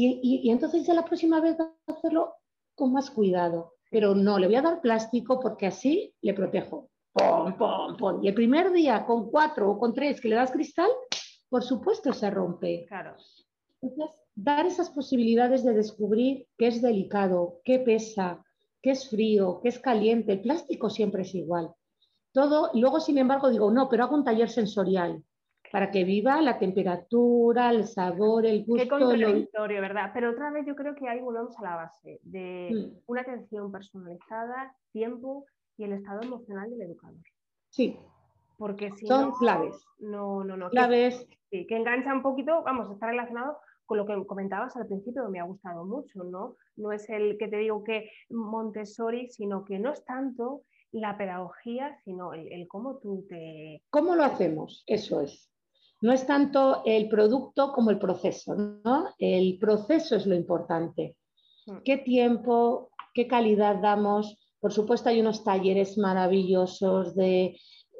Y entonces ya la próxima vez va a hacerlo con más cuidado. Pero no, le voy a dar plástico porque así le protejo. ¡Pum, pum, pum! Y el primer día con 4 o con 3 que le das cristal, por supuesto se rompe. Claro. Entonces, dar esas posibilidades de descubrir qué es delicado, qué pesa, qué es frío, qué es caliente. El plástico siempre es igual. Todo, luego, sin embargo, digo, no, pero hago un taller sensorial para que viva la temperatura, el sabor, el gusto. Qué contradictorio, ¿verdad? Pero otra vez yo creo que ahí volvemos a la base de una atención personalizada, tiempo y el estado emocional del educador. Sí. Porque si son no, claves. No. Claves. Que engancha un poquito, vamos, está relacionado con lo que comentabas al principio, que me ha gustado mucho, ¿no? No es el que te digo que Montessori, sino que no es tanto la pedagogía, sino el cómo tú te... ¿Cómo lo hacemos? Eso es. No es tanto el producto como el proceso, ¿no? El proceso es lo importante. ¿Qué tiempo, qué calidad damos? Por supuesto, hay unos talleres maravillosos de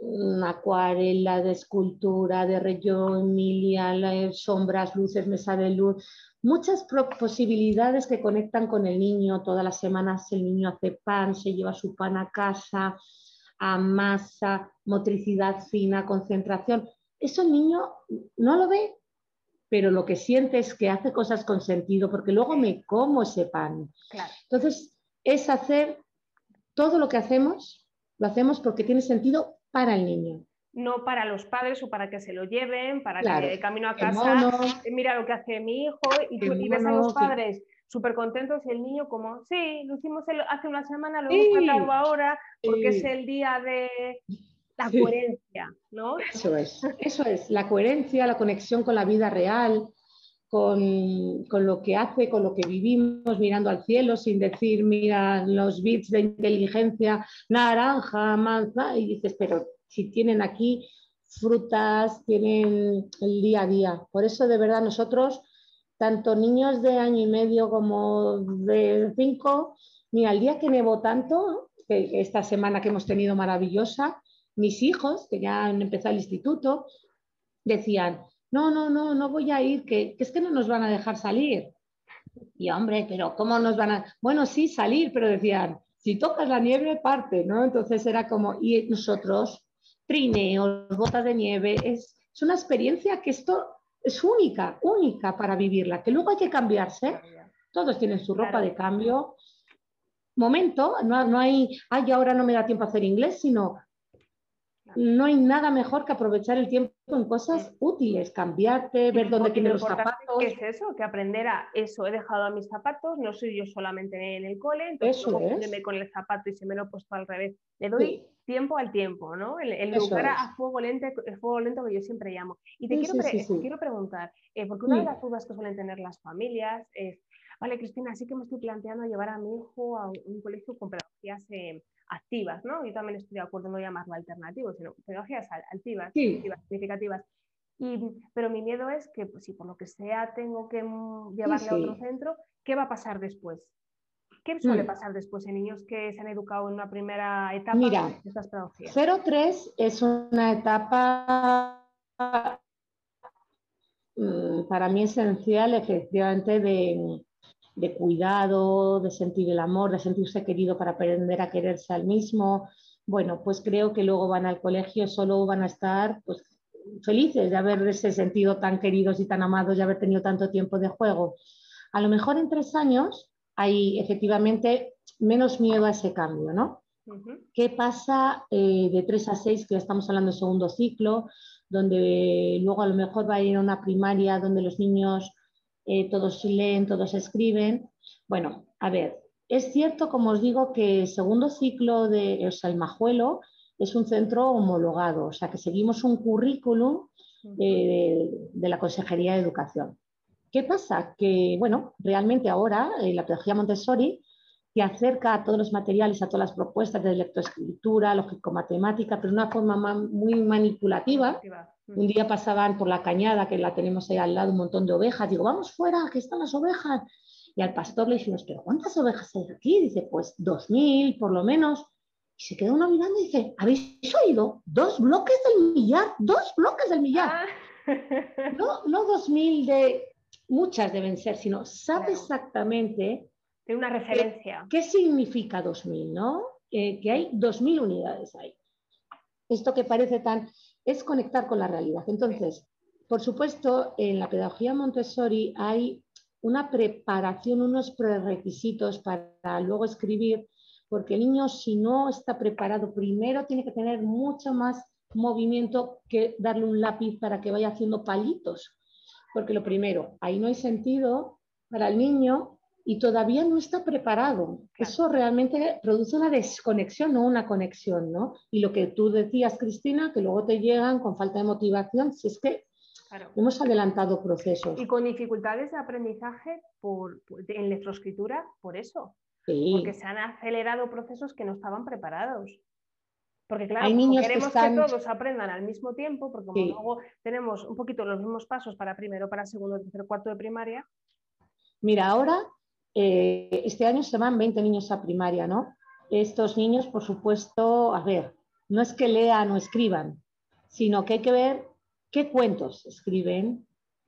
acuarela, de escultura, de Reggio Emilia, sombras, luces, mesa de luz. Muchas posibilidades que conectan con el niño. Todas las semanas el niño hace pan, se lleva su pan a casa, amasa, motricidad fina, concentración. Eso el niño no lo ve, pero lo que siente es que hace cosas con sentido, porque luego me como ese pan. Claro. Entonces, es hacer todo lo que hacemos, lo hacemos porque tiene sentido para el niño. No para los padres o para que se lo lleven, para claro, que camino a casa, mira lo que hace mi hijo, y ves a los padres súper contentos y el niño como, sí, lo hicimos hace una semana, lo hemos tratado ahora, porque es el día de la coherencia, ¿no? Eso es, la coherencia, la conexión con la vida real, con lo que hace, con lo que vivimos, mirando al cielo sin decir, mira los bits de inteligencia, naranja, manzana, y dices, pero si tienen aquí frutas, tienen el día a día. Por eso, de verdad, nosotros, tanto niños de año y medio como de 5, mira, el día que nevó tanto, que esta semana que hemos tenido maravillosa, mis hijos, que ya han empezado el instituto, decían, no voy a ir, que es que no nos van a dejar salir. Y hombre, pero ¿cómo nos van a...? Bueno, sí, salir, pero decían, si tocas la nieve, parte, ¿no? Entonces era como, y nosotros, trineos, botas de nieve, es una experiencia que esto es única, única para vivirla, que luego hay que cambiarse. Todos tienen su ropa de cambio. Momento, no hay, ay, ahora no me da tiempo a hacer inglés, sino no hay nada mejor que aprovechar el tiempo en cosas útiles, cambiarte, ver dónde tienes los zapatos. ¿Qué es eso? Que aprender a eso, he dejado a mis zapatos, no soy yo solamente en el cole, entonces Eso luego es. ponerme con el zapato y se me lo he puesto al revés. Le doy tiempo al tiempo, ¿no? El educar a fuego lento que yo siempre llamo. Y te quiero preguntar, porque una de las dudas que suelen tener las familias es, vale, Cristina, sí que me estoy planteando llevar a mi hijo a un colegio con pedagogías activas, ¿no? Yo también estoy de acuerdo en no llamarlo alternativo, sino pedagogías activas, significativas. Pero mi miedo es que pues, si por lo que sea tengo que llevarle a otro centro, ¿qué va a pasar después? ¿Qué suele pasar después en niños que se han educado en una primera etapa de estas pedagogías? 0-3 es una etapa para mí esencial, efectivamente, de cuidado, de sentir el amor, de sentirse querido para aprender a quererse al mismo. Bueno, pues creo que luego van al colegio, solo van a estar pues, felices de haberse sentido tan queridos y tan amados, de haber tenido tanto tiempo de juego. A lo mejor en 3 años hay efectivamente menos miedo a ese cambio, ¿no? ¿Qué pasa de 3 a 6, que ya estamos hablando de segundo ciclo, donde luego a lo mejor va a ir a una primaria donde los niños todos leen, todos escriben? Bueno, a ver, es cierto, como os digo, que segundo ciclo de El Majuelo es un centro homologado, o sea que seguimos un currículum de la Consejería de Educación. ¿Qué pasa? Que, bueno, realmente ahora la pedagogía Montessori que acerca a todos los materiales, a todas las propuestas de lectoescritura, lógico-matemática, pero de una forma muy manipulativa. Un día pasaban por la cañada, que la tenemos ahí al lado, un montón de ovejas. Digo, vamos fuera, que están las ovejas. Y al pastor le dijimos, ¿pero cuántas ovejas hay aquí? Dice, pues 2000 por lo menos. Y se quedó uno mirando y dice, ¿habéis oído? 2 bloques del millar, 2 bloques del millar. No 2000 de muchas deben ser, sino sabe exactamente de una referencia. ¿Qué significa 2000? ¿No? Que hay 2000 unidades ahí. Esto que parece tan... es conectar con la realidad. Entonces, por supuesto, en la pedagogía Montessori hay una preparación, unos prerequisitos para luego escribir, porque el niño, si no está preparado, primero tiene que tener mucho más movimiento que darle un lápiz para que vaya haciendo palitos. Porque lo primero, ahí no hay sentido para el niño y todavía no está preparado. Claro. Eso realmente produce una desconexión, no una conexión, ¿no? Y lo que tú decías, Cristina, que luego te llegan con falta de motivación, si es que hemos adelantado procesos. Y con dificultades de aprendizaje en lectoescritura, por eso. Porque se han acelerado procesos que no estaban preparados. Porque claro, hay niños queremos que todos aprendan al mismo tiempo, porque como luego tenemos un poquito los mismos pasos para primero, para segundo, tercero, cuarto de primaria. Mira, ahora, este año se van 20 niños a primaria, ¿no? Estos niños, por supuesto, a ver, no es que lean o escriban, sino que hay que ver qué cuentos escriben,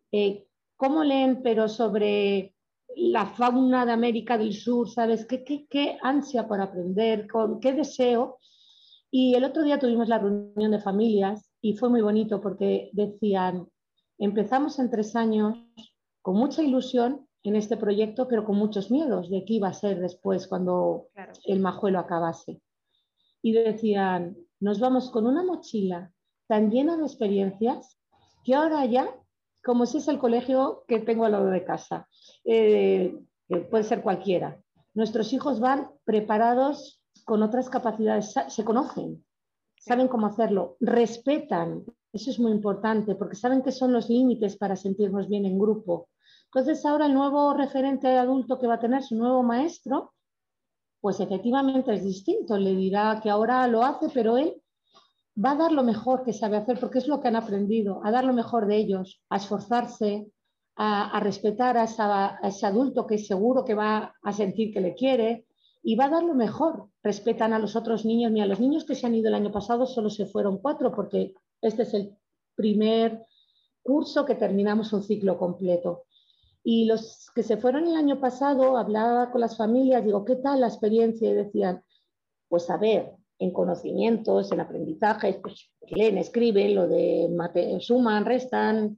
cómo leen, pero sobre la fauna de América del Sur, ¿sabes? ¿Qué ansia por aprender, con qué deseo? Y el otro día tuvimos la reunión de familias y fue muy bonito porque decían, empezamos en 3 años con mucha ilusión en este proyecto, pero con muchos miedos de qué iba a ser después cuando el Majuelo acabase. Y decían, nos vamos con una mochila tan llena de experiencias que ahora ya, como si es el colegio que tengo al lado de casa, que puede ser cualquiera, nuestros hijos van preparados con otras capacidades, se conocen, saben cómo hacerlo, respetan, eso es muy importante, porque saben que son los límites para sentirnos bien en grupo. Entonces ahora el nuevo referente adulto que va a tener su nuevo maestro, pues efectivamente es distinto, le dirá que ahora lo hace, pero él va a dar lo mejor que sabe hacer, porque es lo que han aprendido, a dar lo mejor de ellos, a esforzarse, a respetar a ese adulto que es seguro que va a sentir que le quiere, y va a dar lo mejor. Respetan a los otros niños, ni a los niños que se han ido el año pasado solo se fueron 4, porque este es el primer curso que terminamos un ciclo completo. Y los que se fueron el año pasado, hablaba con las familias, digo, ¿qué tal la experiencia? Y decían, pues a ver, en conocimientos, en aprendizajes, pues leen, escriben, lo de suman, restan,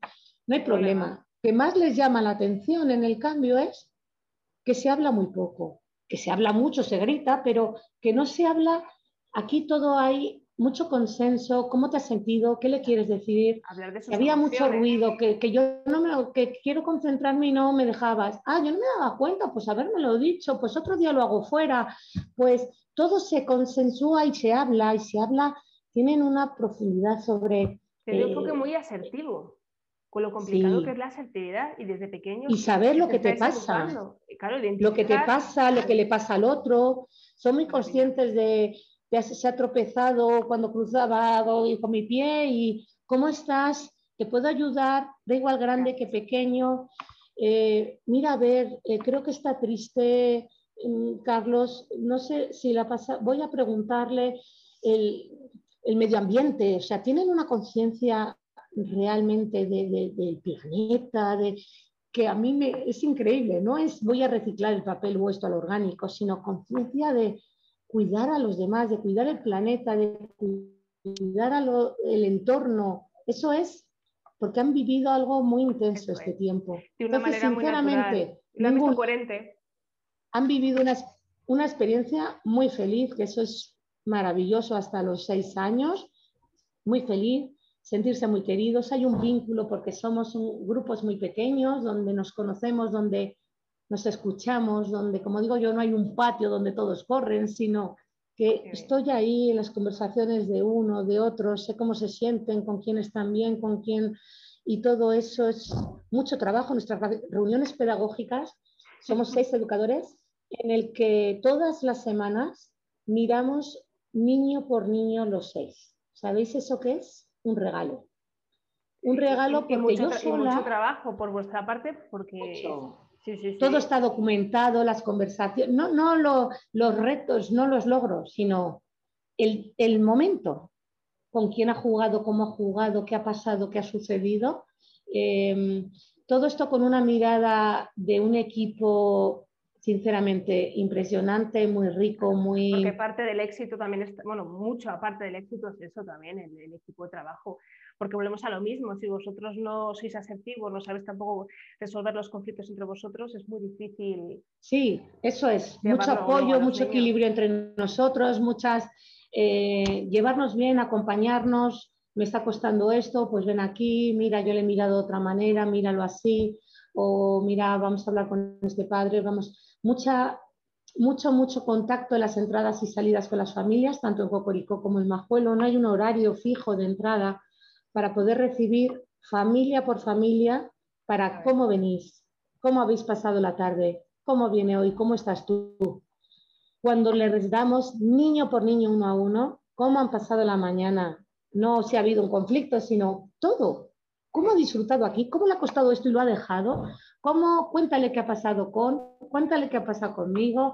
no hay problema. Lo que más les llama la atención en el cambio es que se habla muy poco, que se habla mucho, se grita, pero que no se habla, aquí todo hay mucho consenso, cómo te has sentido, qué le quieres decir. Hablar de sus Había mucho emociones. ruido, que yo no me, que quiero concentrarme y no me dejabas. Ah, yo no me daba cuenta, pues habérmelo dicho, pues otro día lo hago fuera. Pues todo se consensúa y se habla, tienen una profundidad sobre... Tiene un enfoque muy asertivo, con lo complicado que es la asertividad, y desde pequeños y saber lo que te pasa. Claro, lo que te pasa, lo que le pasa al otro. Son muy conscientes de se ha tropezado cuando cruzaba con mi pie y ¿cómo estás? ¿Te puedo ayudar? Da igual grande que pequeño. Mira, a ver, creo que está triste, Carlos. No sé si la pasa. Voy a preguntarle el medio ambiente. O sea, tienen una conciencia realmente del planeta, que a mí es increíble. No es voy a reciclar el papel o esto al orgánico, sino conciencia de cuidar a los demás, de cuidar el planeta, de cuidar el entorno. Eso es porque han vivido algo muy intenso este tiempo. De una Entonces, manera sinceramente, lo han visto coherente. Han vivido una experiencia muy feliz, que eso es maravilloso hasta los 6 años, muy feliz, sentirse muy queridos. Hay un vínculo porque somos grupos muy pequeños, donde nos conocemos, donde nos escuchamos, donde, como digo yo, no hay un patio donde todos corren, sino que estoy ahí en las conversaciones de uno, de otro, sé cómo se sienten, con quién están bien, con quién, y todo eso es mucho trabajo. Nuestras reuniones pedagógicas, somos 6 educadores, en el que todas las semanas miramos niño por niño los 6. ¿Sabéis eso qué es? Un regalo. Un regalo porque yo sola... Y mucho trabajo por vuestra parte, porque... Todo está documentado, las conversaciones, no los retos, no los logros, sino el momento, con quién ha jugado, cómo ha jugado, qué ha pasado, qué ha sucedido. Todo esto con una mirada de un equipo sinceramente impresionante, muy rico, muy... Porque parte del éxito también es, bueno, mucho aparte del éxito es eso también, el equipo de trabajo. Porque volvemos a lo mismo, si vosotros no sois asertivos, no sabéis tampoco resolver los conflictos entre vosotros, es muy difícil. Sí, eso es, mucho apoyo, mucho equilibrio entre nosotros, llevarnos bien, acompañarnos. Me está costando esto, pues ven aquí, mira, yo le he mirado de otra manera, míralo así, o mira, vamos a hablar con este padre, mucho contacto en las entradas y salidas con las familias, tanto en Cocorico como en Majuelo. No hay un horario fijo de entrada para poder recibir familia por familia para cómo venís, cómo habéis pasado la tarde, cómo viene hoy, cómo estás tú. Cuando les damos niño por niño, uno a uno, cómo han pasado la mañana, no si ha habido un conflicto, sino todo. ¿Cómo ha disfrutado aquí? ¿Cómo le ha costado esto y lo ha dejado? ¿Cómo? Cuéntale qué ha pasado cuéntale qué ha pasado conmigo.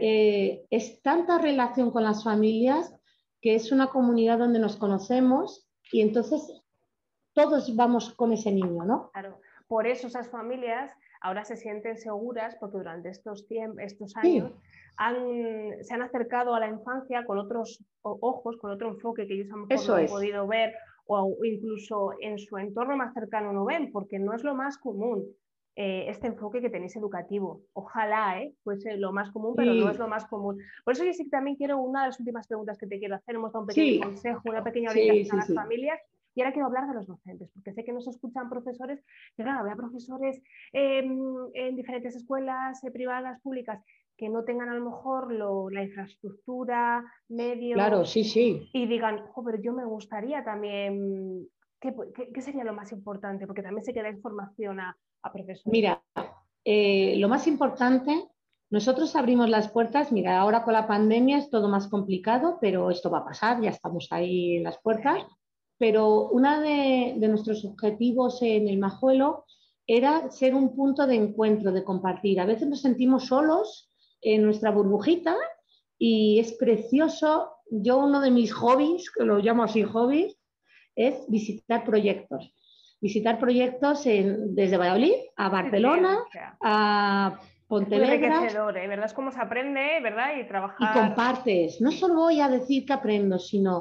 Es tanta relación con las familias que es una comunidad donde nos conocemos y entonces todos vamos con ese niño, ¿no? Claro, por eso esas familias ahora se sienten seguras porque durante estos años se han acercado a la infancia con otros ojos, con otro enfoque que ellos a lo mejor no han podido ver, o incluso en su entorno más cercano no ven, porque no es lo más común este enfoque que tenéis educativo. Ojalá fuese lo más común, pero no es lo más común. Por eso yo sí que también quiero, una de las últimas preguntas que te quiero hacer, hemos dado un pequeño consejo, una pequeña orientación a las familias. Y ahora quiero hablar de los docentes, porque sé que nos escuchan profesores, que claro, habrá profesores en diferentes escuelas privadas, públicas, que no tengan a lo mejor la infraestructura, medios, claro, sí. Y digan, pero yo me gustaría también, ¿qué sería lo más importante? Porque también se queda información a profesores. Mira, lo más importante, nosotros abrimos las puertas, mira, ahora con la pandemia es todo más complicado, pero esto va a pasar, ya estamos ahí en las puertas. Pero uno de nuestros objetivos en el Majuelo era ser un punto de encuentro, de compartir. A veces nos sentimos solos en nuestra burbujita y es precioso. Yo uno de mis hobbies, que lo llamo así hobbies, es visitar proyectos. Visitar proyectos desde Valladolid a Barcelona, a Pontevedra. Es muy enriquecedor, ¿verdad? Es como se aprende, ¿verdad? Y trabajar. Y compartes. No solo voy a decir que aprendo, sino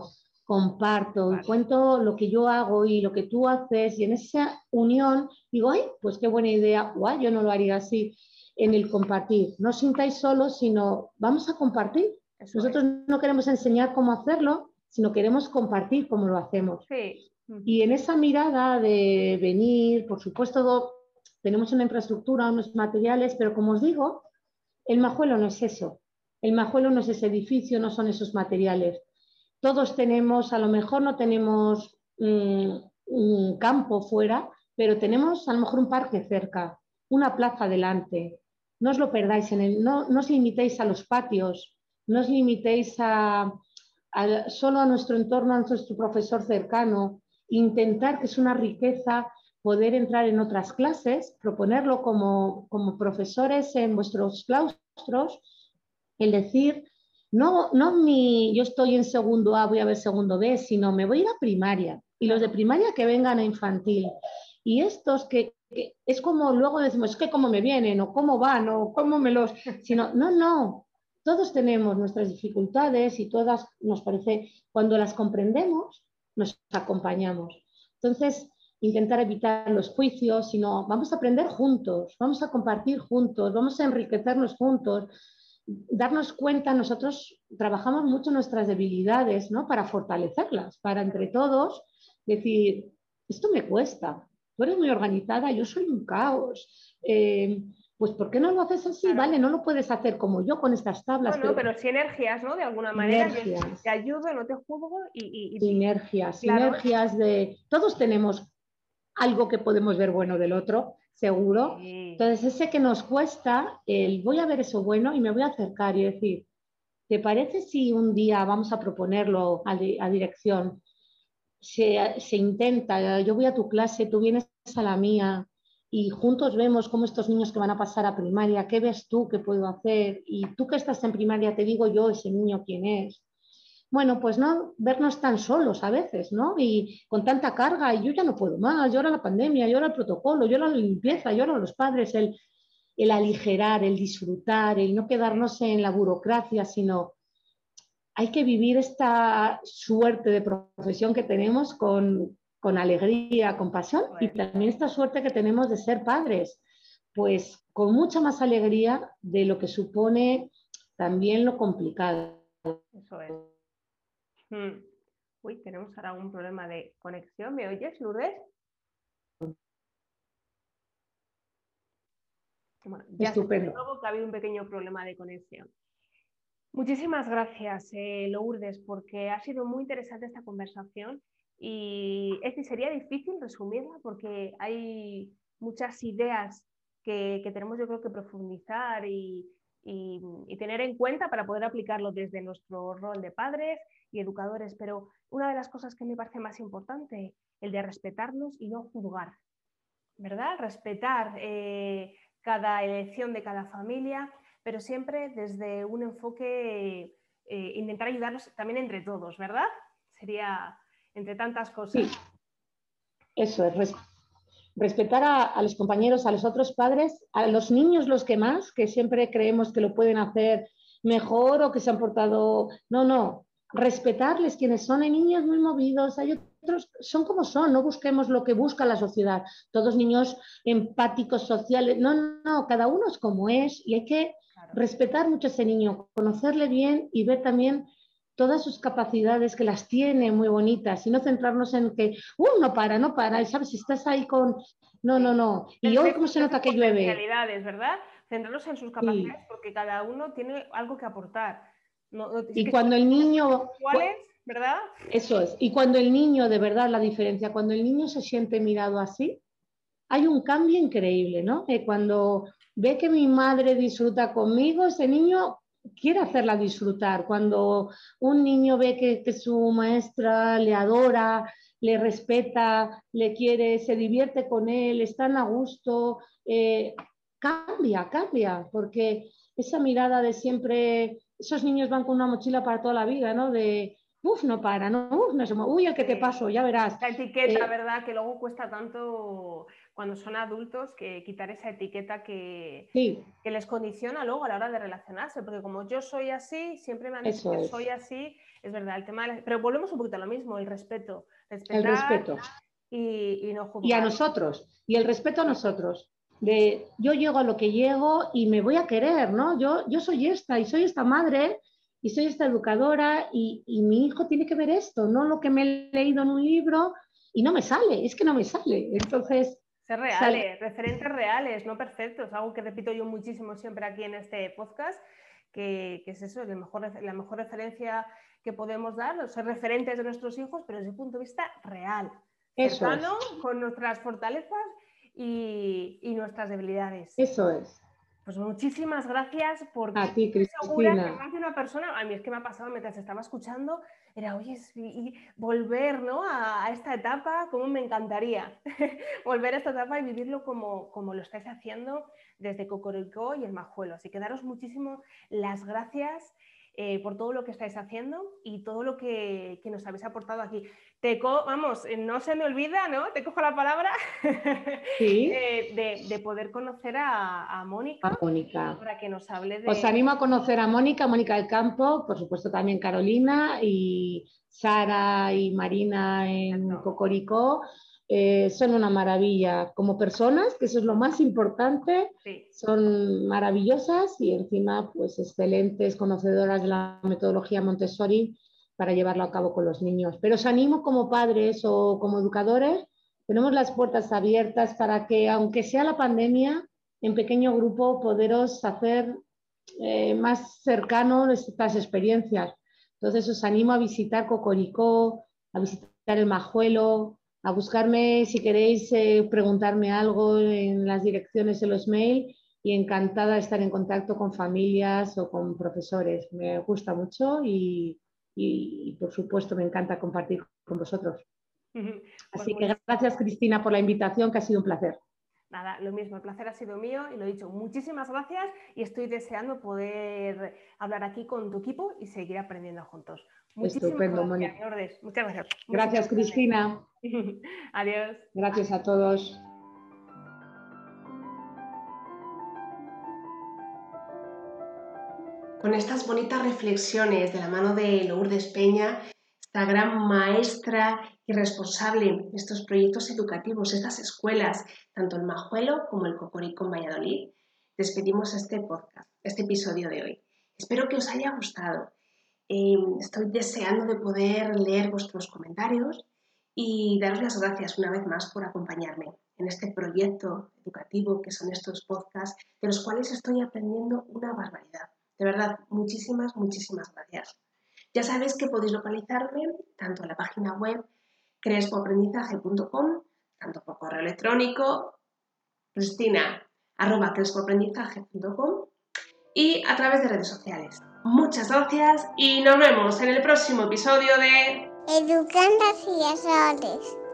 comparto, Vale. cuento lo que yo hago y lo que tú haces, y en esa unión digo, ay, pues qué buena idea, guau, yo no lo haría así, en el compartir. No os sintáis solos, sino vamos a compartir. Eso Nosotros es. no queremos enseñar cómo hacerlo, sino queremos compartir cómo lo hacemos. Sí. Y en esa mirada de venir, por supuesto, tenemos una infraestructura, unos materiales, pero como os digo, el Majuelo no es eso. El Majuelo no es ese edificio, no son esos materiales. Todos tenemos, a lo mejor no tenemos un campo fuera, pero tenemos a lo mejor un parque cerca, una plaza delante. No os lo perdáis, no os limitéis a los patios, no os limitéis solo a nuestro entorno, a nuestro profesor cercano. Intentar, que es una riqueza, poder entrar en otras clases, proponerlo como profesores en vuestros claustros, el decir, no yo estoy en segundo A, voy a ver segundo B, sino me voy a ir a primaria. Y los de primaria que vengan a infantil. Y estos que es como luego decimos, es que cómo me vienen, o cómo van, o cómo me los... Sino, no, todos tenemos nuestras dificultades y todas nos parece, cuando las comprendemos, nos acompañamos. Entonces, intentar evitar los juicios, sino vamos a aprender juntos, vamos a compartir juntos, vamos a enriquecernos juntos, darnos cuenta, nosotros trabajamos mucho nuestras debilidades, ¿no? Para fortalecerlas, para entre todos decir, esto me cuesta, tú eres muy organizada, yo soy un caos. Pues ¿por qué no lo haces así? Claro. Vale, no lo puedes hacer como yo con estas tablas. Bueno, pero sinergias, ¿no? De alguna manera, yo Sinergias. te ayudo, no te juzgo Sinergias, claro. sinergias de... Todos tenemos algo que podemos ver bueno del otro, seguro. Sí. Entonces, ese que nos cuesta, voy a ver eso bueno y me voy a acercar y decir, ¿te parece si un día vamos a proponerlo a dirección? Se intenta, yo voy a tu clase, tú vienes a la mía y juntos vemos cómo estos niños que van a pasar a primaria, ¿qué ves tú que puedo hacer? Y tú que estás en primaria, te digo yo ese niño quién es. Bueno, pues no vernos tan solos a veces, ¿no? Y con tanta carga, y yo ya no puedo más, yo ahora la pandemia, yo ahora el protocolo, yo ahora la limpieza, yo ahora los padres, el aligerar, el disfrutar, el no quedarnos en la burocracia, sino hay que vivir esta suerte de profesión que tenemos con alegría, con pasión, y también esta suerte que tenemos de ser padres, pues con mucha más alegría de lo que supone también lo complicado. Eso es. Uy, tenemos ahora un problema de conexión. ¿Me oyes, Lourdes? Bueno, ya Estupendo. luego que ha habido un pequeño problema de conexión. Muchísimas gracias, Lourdes, porque ha sido muy interesante esta conversación y sería difícil resumirla porque hay muchas ideas que tenemos, yo creo, que profundizar y tener en cuenta para poder aplicarlo desde nuestro rol de padres y educadores. Pero una de las cosas que me parece más importante, el de respetarnos y no juzgar, ¿verdad? Respetar cada elección de cada familia, pero siempre desde un enfoque, intentar ayudarnos también entre todos, ¿verdad? Sería entre tantas cosas. Sí, eso es, respetar a los compañeros, a los otros padres, a los niños los que más, que siempre creemos que lo pueden hacer mejor o que se han portado... No, respetarles quienes son. Hay niños muy movidos, hay otros, son como son, no busquemos lo que busca la sociedad. Todos niños empáticos, sociales, no, cada uno es como es y hay que respetar mucho a ese niño, conocerle bien y ver también todas sus capacidades, que las tiene muy bonitas, y no centrarnos en que, no para, y sabes, si estás ahí con... No. Y hoy, ¿cómo se nota que llueve? Potencialidades, ¿verdad? Centrarnos en sus capacidades, sí, porque cada uno tiene algo que aportar. Y cuando el niño... ¿Cuáles? ¿Verdad? Eso es. Y cuando el niño, de verdad, la diferencia, cuando el niño se siente mirado así, hay un cambio increíble, ¿no? Cuando ve que mi madre disfruta conmigo, ese niño quiere hacerla disfrutar. Cuando un niño ve que su maestra le adora, le respeta, le quiere, se divierte con él, están a gusto, cambia, porque esa mirada de siempre, esos niños van con una mochila para toda la vida, ¿no? De no para, no se mueve, el que te paso, ya verás. La etiqueta, ¿verdad? Que luego cuesta tanto cuando son adultos que quitar esa etiqueta que les condiciona luego a la hora de relacionarse, porque como yo soy así, siempre me han dicho que soy así, es verdad, el tema pero volvemos un poquito a lo mismo, el respeto. El respeto. Y no juzgar. Y a nosotros, y el respeto a nosotros. De yo llego a lo que llego y me voy a querer, ¿no? Yo soy esta y soy esta madre y soy esta educadora y mi hijo tiene que ver esto, no lo que me he leído en un libro y no me sale, es que no me sale. Entonces... Ser reales, referentes reales, no perfectos, algo que repito yo muchísimo siempre aquí en este podcast, que es eso, la mejor referencia que podemos dar, ser referentes de nuestros hijos, pero desde el punto de vista real, cercano, con nuestras fortalezas y nuestras debilidades. Eso es. Pues muchísimas gracias porque a ti, Cristina. Segura que más de una persona, a mí es que me ha pasado mientras estaba escuchando, era, oye, y volver, ¿no? a esta etapa, como me encantaría volver a esta etapa y vivirlo como lo estáis haciendo desde Cocorico y el Majuelo. Así que daros muchísimo las gracias por todo lo que estáis haciendo y todo lo que nos habéis aportado aquí. Vamos, no se me olvida, ¿no? Te cojo la palabra, sí. de poder conocer a Mónica. A Mónica. Para que nos hable de... Os animo a conocer a Mónica del Campo, por supuesto también Carolina y Sara y Marina en Cocorico. Son una maravilla como personas, que eso es lo más importante. Sí. Son maravillosas y encima pues excelentes conocedoras de la metodología Montessori para llevarlo a cabo con los niños. Pero os animo como padres o como educadores, tenemos las puertas abiertas para que, aunque sea la pandemia, en pequeño grupo poderos hacer más cercano estas experiencias. Entonces os animo a visitar Cocorico, a visitar el Majuelo, a buscarme si queréis preguntarme algo en las direcciones de los mail y encantada de estar en contacto con familias o con profesores. Me gusta mucho y por supuesto me encanta compartir con vosotros. Así que gracias, Cristina, por la invitación, que ha sido un placer. Nada, lo mismo, el placer ha sido mío y lo he dicho, muchísimas gracias y estoy deseando poder hablar aquí con tu equipo y seguir aprendiendo juntos. Estupendo, Mónica. Muchas gracias. Gracias, Cristina. Adiós. Gracias a todos. Con estas bonitas reflexiones de la mano de Lourdes Peña, esta gran maestra y responsable de estos proyectos educativos, estas escuelas, tanto el Majuelo como el Cocorico en Valladolid, despedimos este podcast, este episodio de hoy. Espero que os haya gustado. Estoy deseando de poder leer vuestros comentarios y daros las gracias una vez más por acompañarme en este proyecto educativo que son estos podcasts, de los cuales estoy aprendiendo una barbaridad. De verdad, muchísimas gracias. Ya sabéis que podéis localizarme tanto en la página web crespoaprendizaje.com, tanto por correo electrónico cristina@crespoaprendizaje.com y a través de redes sociales. Muchas gracias y nos vemos en el próximo episodio de Educando a Soles.